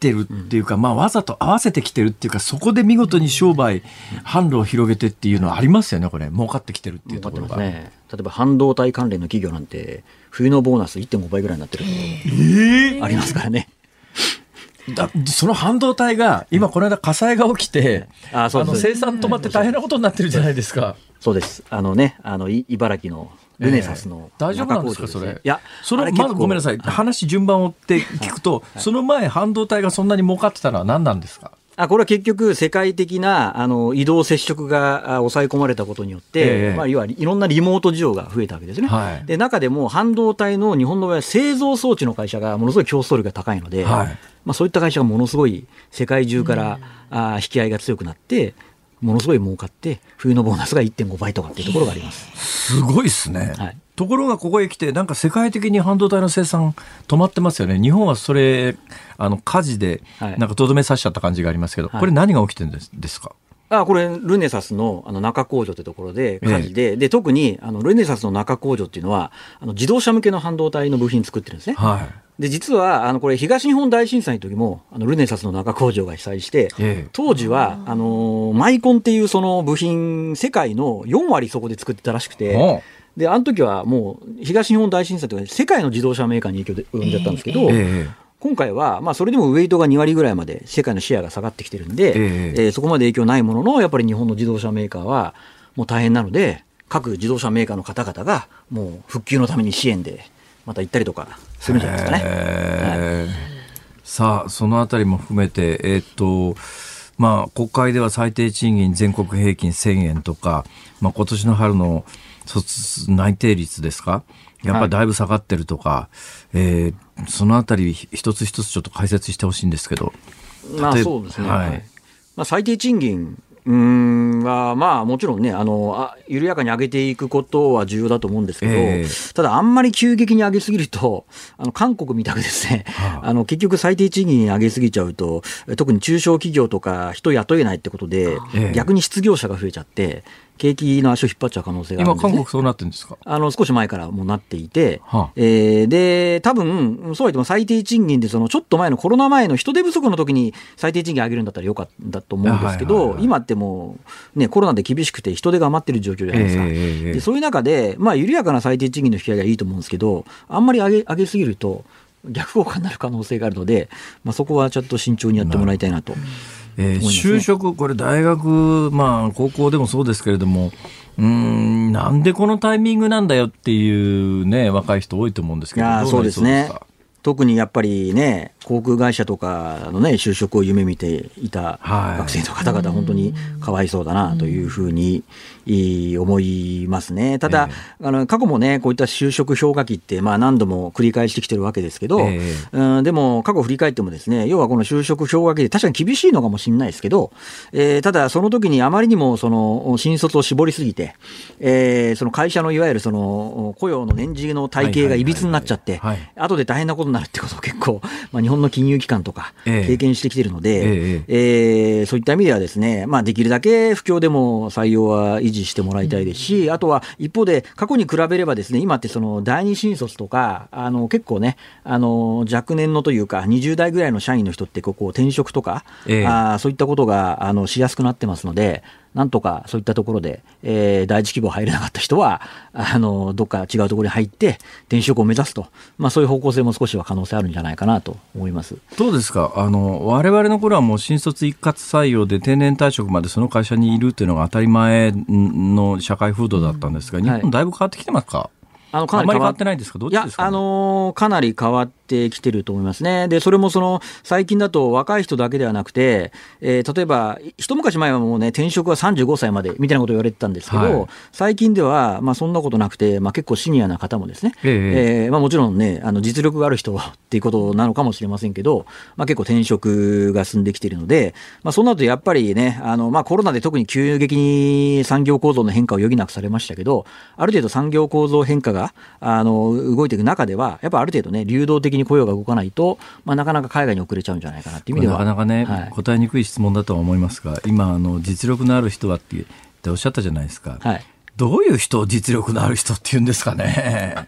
てるっていうか、うん、まあ、わざと合わせてきてるっていうか、そこで見事に商売、販路を広げてっていうのはありますよね、これ。儲かってきてるっていうところが。ね、 例えば半導体関連の企業なんて、冬のボーナス いってんご 倍ぐらいになってるところありますからね。 だその半導体が今この間火災が起きて、うん、ああの生産止まって大変なことになってるじゃないですか。 そうです。あのね、あの茨城のルネサスの、 えー、大丈夫なんですかそれ。いや、そのまずごめんなさい、話順番を追って聞くと、はいはい、その前半導体がそんなに儲かってたのは何なんですか。 あこれは結局世界的なあの移動接触が抑え込まれたことによって、えーまあ、いわゆるいろんなリモート需要が増えたわけですね、はい、で中でも半導体の日本の場合は製造装置の会社がものすごい競争力が高いので、はい、まあ、そういった会社がものすごい世界中から、うん、あ引き合いが強くなってものすごい儲かって冬のボーナスが いってんご 倍とかっていうところがあります。 すごいですね、はい、ところがここへ来てなんか世界的に半導体の生産止まってますよね。日本はそれあの火事でなんかとどめ刺しちゃった感じがありますけど、はい、これ何が起きてるんです、ですか。 あこれルネサス の, あの中工場というところで火事で、ええ、で特にあのルネサスの中工場っていうのはあの自動車向けの半導体の部品作ってるんですね、はい、で実はあのこれ東日本大震災の時もあのルネサスの中工場が被災して、ええ、当時はあのマイコンっていうその部品世界のよんわりそこで作ってたらしくて、であの時はもう東日本大震災というか世界の自動車メーカーに影響で及んじゃったんですけど、ええ今回は、まあ、それでもウェイトがにわりぐらいまで世界のシェアが下がってきてるんで、えーえー、そこまで影響ないもののやっぱり日本の自動車メーカーはもう大変なので各自動車メーカーの方々がもう復旧のために支援でまた行ったりとかするんじゃないですかね、 えーはい、さあそのあたりも含めて、えーっとまあ、国会では最低賃金全国平均せんえんとか、まあ、今年の春の卒内定率ですかやっぱりだいぶ下がってるとか、はいえー、そのあたり一つ一つちょっと解説してほしいんですけど。 まあそうですね、はいまあ、最低賃金うーんはまあもちろんねあのあ緩やかに上げていくことは重要だと思うんですけど、えー、ただあんまり急激に上げすぎるとあの韓国みたくですね、はあ、あの結局最低賃金上げすぎちゃうと特に中小企業とか人雇えないってことで、えー、逆に失業者が増えちゃって景気の足を引っ張っちゃう可能性があるんですね。 今韓国そうなってるんですか。 あの少し前からもうなっていて、はあえー、で多分そうは言っても最低賃金でそのちょっと前のコロナ前の人手不足の時に最低賃金上げるんだったらよかったと思うんですけど、はいはいはい、今ってもう、ね、コロナで厳しくて人手が余ってる状況じゃないですか、えー、でそういう中で、まあ、緩やかな最低賃金の引き上げがいいと思うんですけどあんまり上げ、上げすぎると逆効果になる可能性があるので、まあ、そこはちょっと慎重にやってもらいたいなと。 えー、就職これ大学、まあ、高校でもそうですけれどもうーんなんでこのタイミングなんだよっていう、ね、若い人多いと思うんですけど。いやそうですね特にやっぱりね航空会社とかのね就職を夢見ていた学生の方々、はい、本当にかわいそうだなというふうに思いますね。ただ、えー、あの過去もねこういった就職氷河期ってまあ何度も繰り返してきてるわけですけど、えーうん、でも過去振り返ってもですね要はこの就職氷河期で確かに厳しいのかもしれないですけど、えー、ただその時にあまりにもその新卒を絞りすぎて、えー、その会社のいわゆるその雇用の年次の体系がいびつになっちゃって後で大変なことになるってことを結構、まあ、日本の金融機関とか経験してきているので、えーえーえー、そういった意味ではですね、まあ、できるだけ不況でも採用は維持してもらいたいですし、うん、あとは一方で過去に比べればですね今ってその第二新卒とかあの結構ねあの若年のというかにじゅう代ぐらいの社員の人ってここ転職とか、えー、あそういったことがあのしやすくなってますのでなんとかそういったところで、えー、第一希望入れなかった人はあのどっか違うところに入って転職を目指すと、まあ、そういう方向性も少しは可能性あるんじゃないかなと思います。 どうですかあの我々の頃はもう新卒一括採用で定年退職までその会社にいるというのが当たり前の社会風土だったんですが、うん、日本だいぶ変わってきてますか、はいあのかなり変わあまり変わってないですかどっちですか、ね、 いや、あのー、かなり変わってきてると思いますね。で、それもその最近だと若い人だけではなくて、えー、例えば一昔前はもうね転職はさんじゅうごさいまでみたいなことを言われてたんですけど、はい、最近ではまあそんなことなくて、まあ、結構シニアな方もですね、えーえーまあ、もちろんねあの実力がある人っていうことなのかもしれませんけど、まあ、結構転職が進んできているので、まあ、そうなるとやっぱりねあの、まあ、コロナで特に急激に産業構造の変化を余儀なくされましたけど、ある程度産業構造変化があの動いていく中ではやっぱある程度ね流動的に雇用が動かないと、まあ、なかなか海外に遅れちゃうんじゃないかなっていう意味ではなかなかね、はい、答えにくい質問だとは思いますが今あの実力のある人はってっておっしゃったじゃないですか、はい、どういう人を実力のある人っていうんですかね。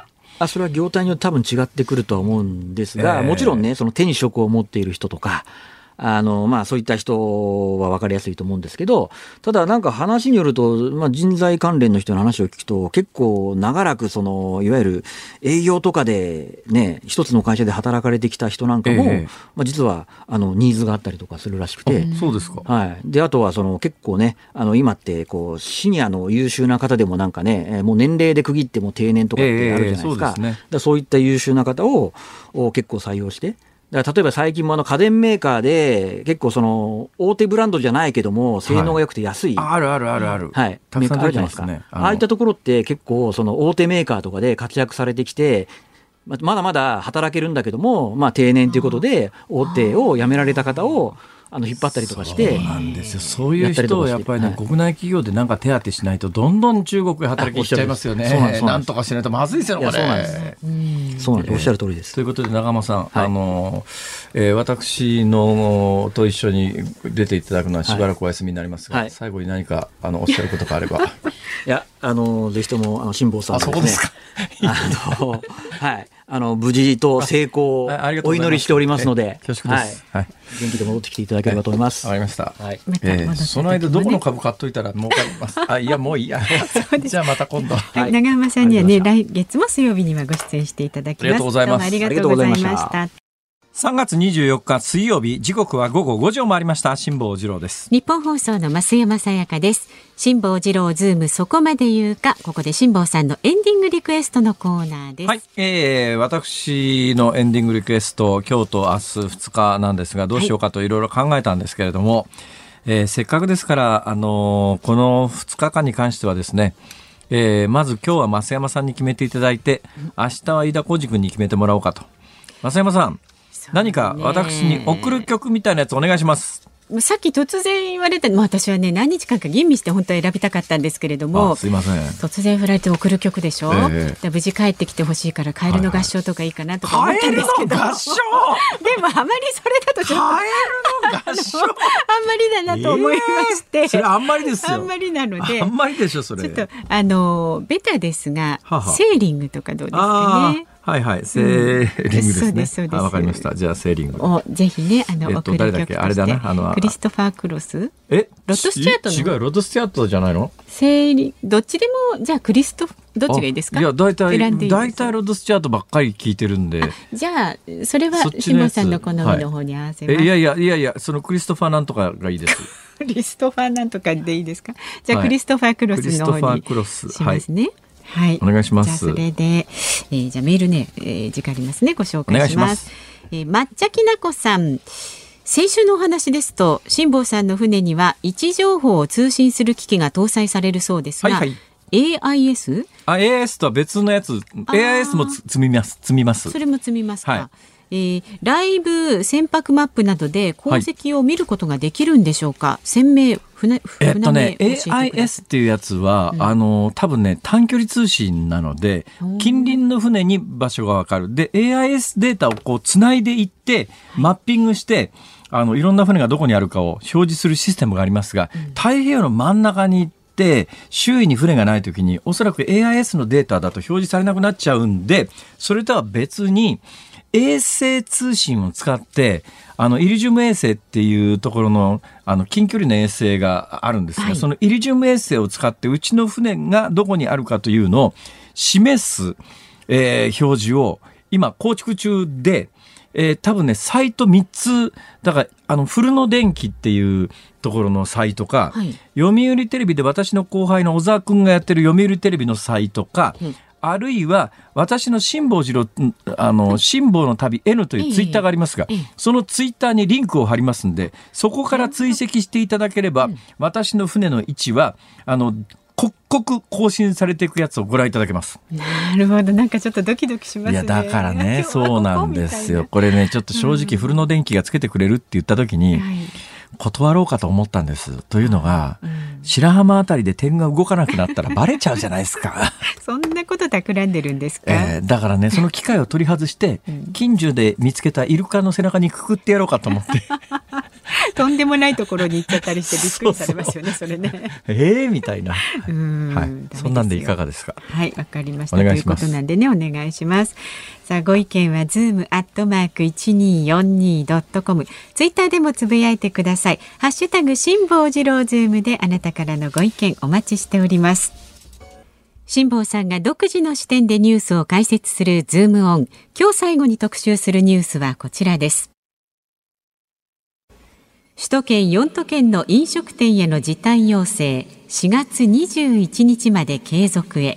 あそれは業態によって多分違ってくるとは思うんですが、えー、もちろんね、その手に職を持っている人とか、あのまあ、そういった人は分かりやすいと思うんですけど、ただなんか話によると、まあ、人材関連の人の話を聞くと、結構長らくそのいわゆる営業とかでね、一つの会社で働かれてきた人なんかも、えーまあ、実はあのニーズがあったりとかするらしくて、 そうですか、 はい、であとはその結構ね、あの今ってこうシニアの優秀な方でもなんかね、もう年齢で区切っても定年とかってあるじゃないですか、えー そうですね、だからそういった優秀な方を結構採用して、だから例えば最近もあの家電メーカーで結構その大手ブランドじゃないけども性能が良くて安い、 はい、あるあるあるある、 はい、たくさん出てますね。ああいったところって結構その大手メーカーとかで活躍されてきて、まだまだ働けるんだけども、まあ、定年ということで大手を辞められた方をあの引っ張ったりとかして、 そうなんですよ。そういう人をやっぱりね、はい、国内企業でなんか手当てしないとどんどん中国へ働きに行っちゃいますよね。なんなんとかしないとまずいですよね。 そうなんです。そうなんです。おっしゃる通りです。 ということで長間さん、はい、あのえー、私のと一緒に出ていただくのはしばらくお休みになりますが、はい、最後に何かあのおっしゃることがあれば。 いや、あのぜひともあの辛坊さんのですね、 あ、そこですか。 あのはいあの無事と成功をお祈りしておりますので、 恐縮です、はいはい、 元気で戻ってきていただければと思います。 わかりました、はい、えー、その間どこの株買っといたら儲かります。あ、いやもういいやじゃあまた今度、 はい、長濱さんにはね来月も水曜日にはご出演していただきます。 ありがとうございます。 ありがとうございました。 さんがつにじゅうよっか水曜日、時刻は午後ごじを回りました。辛坊治郎です。 日本放送の増山さやかです。辛坊治郎ズームそこまで言うか。ここで辛坊さんのエンディングリクエストのコーナーです。 はい、えー、私のエンディングリクエスト、今日と明日ふつかなんですが、どうしようかといろいろ考えたんですけれども、はい、えー、せっかくですから、あのー、このふつかかんに関してはですね、えー、まず今日は増山さんに決めていただいて、明日は飯田浩司君に決めてもらおうかと。増山さん、何か私に送る曲みたいなやつお願いします。 さっき突然言われた、まあ、私はね何日間か吟味して本当は選びたかったんですけれども、 すいません、 突然振られて送る曲でしょ、えー、無事帰ってきてほしいからカエルの合唱とかいいかなとか思ったんですけど、 カエルの合唱でもあまりそれだとちょっとカエルの合唱あんまりだなと思いまして、えー、 それあんまりですよ。 あんまりなのであんまりでしょそれ。 ちょっとあのベタですがははセーリングとかどうですかね。 はいはい、セーリングですね。そうですそうです。わかりました。じゃあセーリングをぜひね、あの、えっと、送る曲としてあれだな、あのクリストファー・クロス、 えロッド・スチュアートの違う、ロッド・スチュアートじゃないの。 セーリンどっちでも、じゃあクリストどっちがいいですか。 いや大体大体ロッド・スチュアートばっかり聞いてるんで、 じゃあそれは辛坊さんの好みの方に合わせます。 はい、いやいやいやいや、そのクリストファーなんとかがいいです。 クリストファーなんとかでいいですか。じゃあ、はい、クリストファー・クロスの方にしますね。はい、 お願いします。 じゃあそれで、えー、じゃあメールね、えー、時間ありますね、ご紹介します。お願いします。えー、抹茶きなこさん、先週のお話ですと辛坊さんの船には位置情報を通信する機器が搭載されるそうですが、はいはい、エーアイエス？ あ、エーアイエス とは別のやつ。 エーアイエス も積みます積みますそれも積みますか。はい、えー、ライブ船舶マップなどで航跡を見ることができるんでしょうか。はい、船名船えっとね、エーアイエス っていうやつは、うん、あの多分ね短距離通信なので近隣の船に場所が分かる。で エーアイエス データをこうつないでいってマッピングしてあのいろんな船がどこにあるかを表示するシステムがありますが、うん、太平洋の真ん中に行って周囲に船がないときにおそらく エーアイエス のデータだと表示されなくなっちゃうんで、それとは別に衛星通信を使ってあのイリジウム衛星っていうところ の, あの近距離の衛星があるんですが、はい、そのイリジウム衛星を使ってうちの船がどこにあるかというのを示す、えー、表示を今構築中で、えー、多分ねサイトみっつだからあの古野電機っていうところのサイトか、はい、読売テレビで私の後輩の小沢くんがやってる読売テレビのサイトか、うん、あるいは私の辛坊治郎あの辛坊の旅 N というツイッターがありますが、ええええ、そのツイッターにリンクを貼りますんでそこから追跡していただければ、うん、私の船の位置はあの刻々更新されていくやつをご覧いただけます。 なるほど、なんかちょっとドキドキしますね。 いやだからねそうなんですよ。これねちょっと正直古野電機がつけてくれるって言った時に、うん、はい、断ろうかと思ったんです。というのが、うん、白浜あたりで点が動かなくなったらバレちゃうじゃないですか。 そんなこと企んでるんですか。 えー、だからねその機械を取り外して、うん、近所で見つけたイルカの背中にくくってやろうかと思ってとんでもないところに行っちゃったりしてびっくりされますよね。そうそうそれねえーみたいなうん、 はい、そんなんでいかがですか。 はい、わかりました。ということなんでね、お願いします。さあ、ご意見はズームアットマーク いちにーよんにードットコム、 ツイッターでもつぶやいてください。ハッシュタグ辛坊治郎ズームであなたからのご意見お待ちしております。辛坊さんが独自の視点でニュースを解説するズームオン。今日最後に特集するニュースはこちらです。首都圏よん都県の飲食店への時短要請、しがつにじゅういちにちまで継続へ。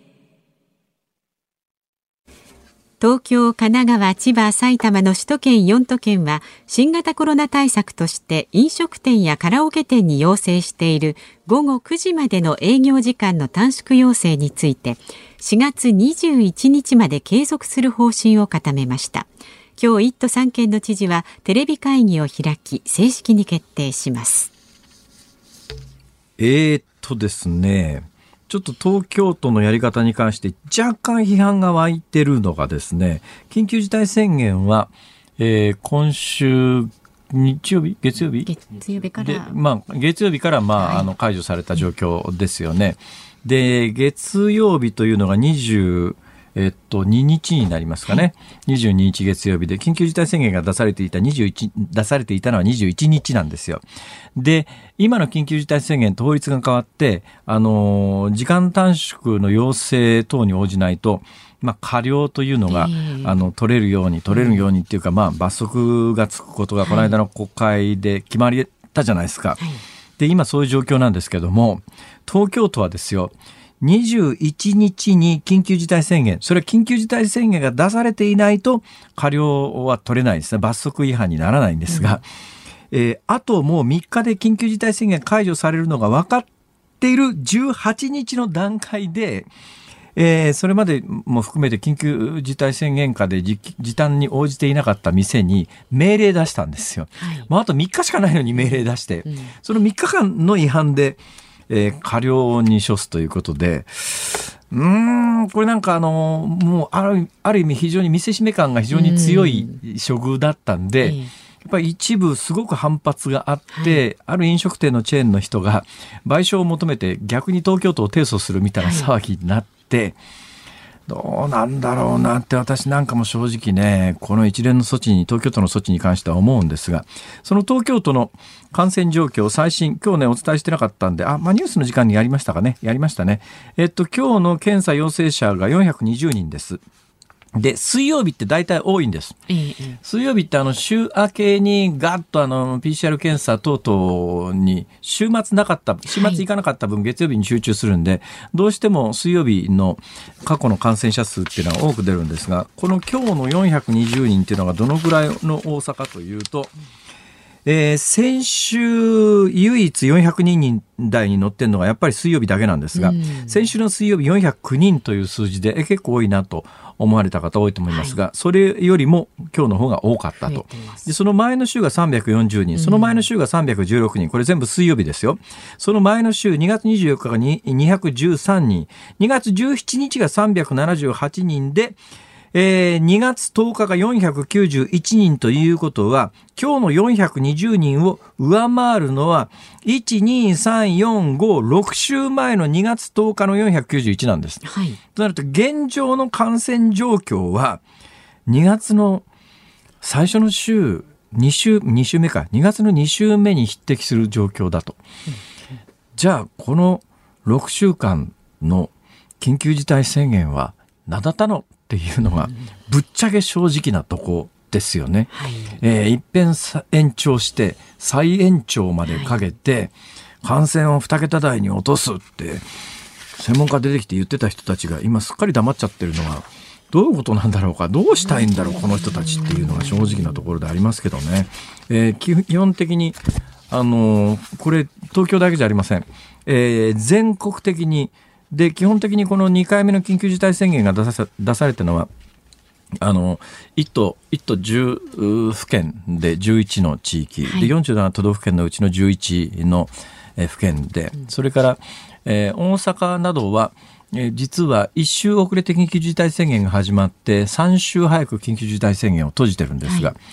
東京、神奈川、千葉、埼玉の首都圏よん都県は新型コロナ対策として飲食店やカラオケ店に要請している午後くじまでの営業時間の短縮要請についてしがつにじゅういちにちまで継続する方針を固めました。今日いっ都さん県の知事はテレビ会議を開き正式に決定します。 えーっとですねちょっと東京都のやり方に関して若干批判が湧いてるのがですね、緊急事態宣言は、えー、今週日曜日月曜日月曜日から、 まあ、月曜日から、まあはい、あの解除された状況ですよね。で月曜日というのがにじゅうえっと、ににちになりますかね。にじゅうににち月曜日で、緊急事態宣言が出されていたにじゅういち、出されていたのはにじゅういちにちなんですよ。で、今の緊急事態宣言と法律が変わって、あの、時間短縮の要請等に応じないと、まあ、過料というのが、あの、取れるように、取れるようにっていうか、まあ、罰則がつくことが、この間の国会で決まりたじゃないですか。で、今そういう状況なんですけども、東京都はですよ、にじゅういちにちに緊急事態宣言、それは緊急事態宣言が出されていないと過料は取れないですね。罰則違反にならないんですが、うんえー、あともうみっかで緊急事態宣言解除されるのが分かっているじゅうはちにちの段階で、えー、それまでも含めて緊急事態宣言下で時短に応じていなかった店に命令出したんですよ。はい、まあ、あとみっかしかないのに命令出して、うん、そのみっかかんの違反でえー、過料に処すということで、うーんこれなんかあのもうある、ある意味非常に見せしめ感が非常に強い処遇だったんで、うん、やっぱり一部すごく反発があって、はい、ある飲食店のチェーンの人が賠償を求めて逆に東京都を提訴するみたいな騒ぎになって、はい、どうなんだろうなって私なんかも正直ねこの一連の措置に東京都の措置に関しては思うんですが、その東京都の感染状況最新今日ねお伝えしてなかったんであ、まあ、ニュースの時間にやりましたかねやりましたねえっと今日の検査陽性者がよんひゃくにじゅうにんです。で水曜日って大体多いんです、ええ、水曜日ってあの週明けにガッとあの ピーシーアール 検査等々に週末なかった週末行かなかった分月曜日に集中するんで、はい、どうしても水曜日の過去の感染者数っていうのが多く出るんですが、この今日のよんひゃくにじゅうにんっていうのがどのぐらいの多さかというと、えー、先週唯一よんひゃくにん台に乗ってるのがやっぱり水曜日だけなんですが、うん、先週の水曜日よんひゃくきゅうにんという数字でえ結構多いなと思われた方多いと思いますが、はい、それよりも今日の方が多かったと。でその前の週がさんびゃくよんじゅうにん、その前の週がさんびゃくじゅうろくにん、これ全部水曜日ですよ。その前の週にがつにじゅうよっかがにひゃくじゅうさんにん、にがつじゅうしちにちがさんびゃくななじゅうはちにんで、えー、にがつとおかがよんひゃくきゅうじゅういちにんということは今日のよんひゃくにじゅうにんを上回るのはいち、に、さん、よん、ご、ろく週前のにがつとおかのよんひゃくきゅうじゅういちなんです、はい、となると現状の感染状況はにがつの最初の週2週2週目かにがつのに週目に匹敵する状況だと、うん、じゃあこのろくしゅうかんの緊急事態宣言は何だったのっていうのがぶっちゃけ正直なとこですよね、はいえー、一遍延長して再延長までかけて感染をに桁台に落とすって専門家出てきて言ってた人たちが今すっかり黙っちゃってるのはどういうことなんだろうか、どうしたいんだろうこの人たちっていうのが正直なところでありますけどね、えー、基本的にあのー、これ東京だけじゃありません、えー、全国的にで基本的にこのにかいめの緊急事態宣言が出さ、出されたのはあのいっ都じゅう府県でじゅういちの地域、はい、でよんじゅうなな都道府県のうちのじゅういちの府県で、それから、えー、大阪などは、えー、実はいっ週遅れて緊急事態宣言が始まってさん週早く緊急事態宣言を閉じてるんですが、はい、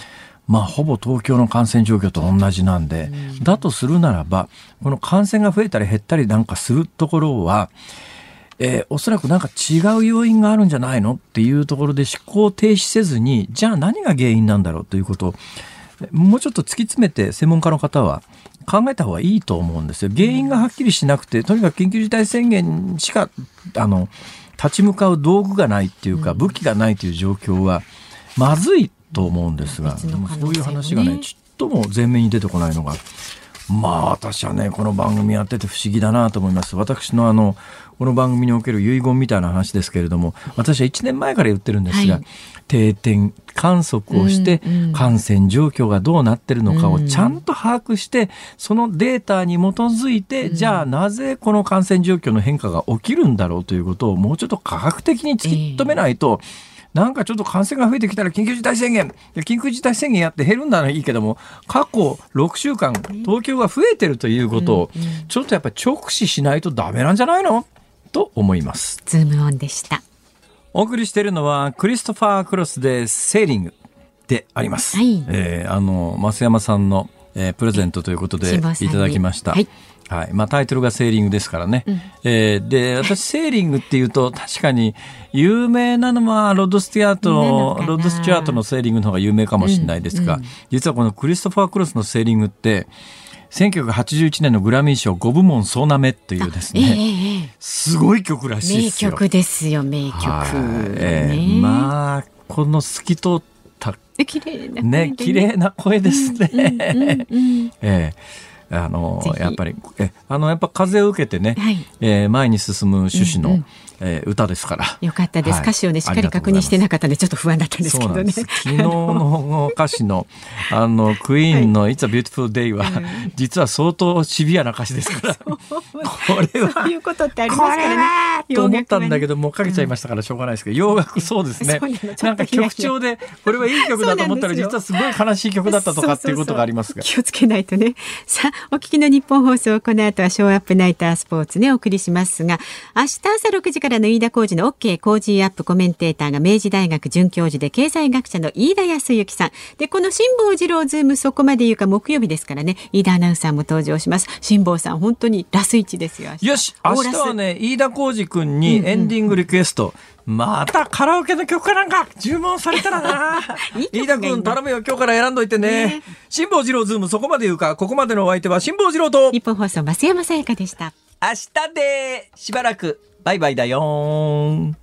まあ、ほぼ東京の感染状況と同じなんで、うん、だとするならばこの感染が増えたり減ったりなんかするところは、えー、おそらくなんか違う要因があるんじゃないのっていうところで思考停止せずに、じゃあ何が原因なんだろうということをもうちょっと突き詰めて専門家の方は考えた方がいいと思うんですよ。原因がはっきりしなくて、とにかく緊急事態宣言しかあの立ち向かう道具がないっていうか武器がないという状況はまずいと思うんですが、でもそういう話がねちっとも前面に出てこないのが、まあ私はねこの番組やってて不思議だなと思います。私のあのこの番組における遺言みたいな話ですけれども、私はいちねんまえから言ってるんですが、はい、定点観測をして感染状況がどうなってるのかをちゃんと把握して、そのデータに基づいて、じゃあなぜこの感染状況の変化が起きるんだろうということをもうちょっと科学的に突き止めないと、なんかちょっと感染が増えてきたら緊急事態宣言、緊急事態宣言やって減るんならいいけども、過去ろくしゅうかん東京が増えてるということをちょっとやっぱり直視しないとダメなんじゃないのと思います。 ズームオンでした。 お送りしているのはクリストファー・クロスでセーリングであります、はい。えー、あの増山さんの、えー、プレゼントということでいただきました。はい、はい。まあ、タイトルがセーリングですからね、うん。えー、で私セーリングっていうと確かに有名なのはロッドスチュアートのロッドスチュアートのセーリングの方が有名かもしれないですが、うんうん、実はこのクリストファー・クロスのセーリングってせんきゅうひゃくはちじゅういちねんのグラミー賞ごぶもん総なめっていうですね、えー、すごい曲らしいですよ。 名曲ですよ、名曲、 えー、まあこの透き通った綺麗な声でね、綺麗な声ですね、うんうんうんうんえーあのやっぱりえあのやっぱ風を受けてね、はいえー、前に進む趣旨の、うんうんえー、歌ですから。 よかったです、はい、歌詞をねしっかり確認してなかったのでちょっと不安だったんですけどね。 昨日の歌詞のあのクイーンの It's a Beautiful Day は、はい、実は相当シビアな歌詞ですからこれはそういうことってありますからねと思ったんだけどもうかけちゃいましたからしょうがないですけど、洋楽そうですねなんか曲調でこれはいい曲だと思ったら実はすごい悲しい曲だったとかっていうことがありますが、 気をつけないとね。さあお聞きの日本放送、この後はショーアップナイタースポーツねお送りしますが、明日朝ろくじからの飯田浩司の OK 工事アップコメンテーターが明治大学准教授で経済学者の飯田康之さんで、この辛坊治郎ズームそこまで言うか木曜日ですからね、飯田アナウンサーも登場します。辛坊さん本当にラスイチですよ。 よし明日はね飯田浩司君にエンディングリクエスト、うんうんまたカラオケの曲かなんか注文されたらな飯田君頼むよ、今日から選んどいてね。辛坊治郎ズームそこまで言うか。ここまでのお相手は辛坊治郎と日本放送増山さやかでした。 明日でしばらくバイバイだよ。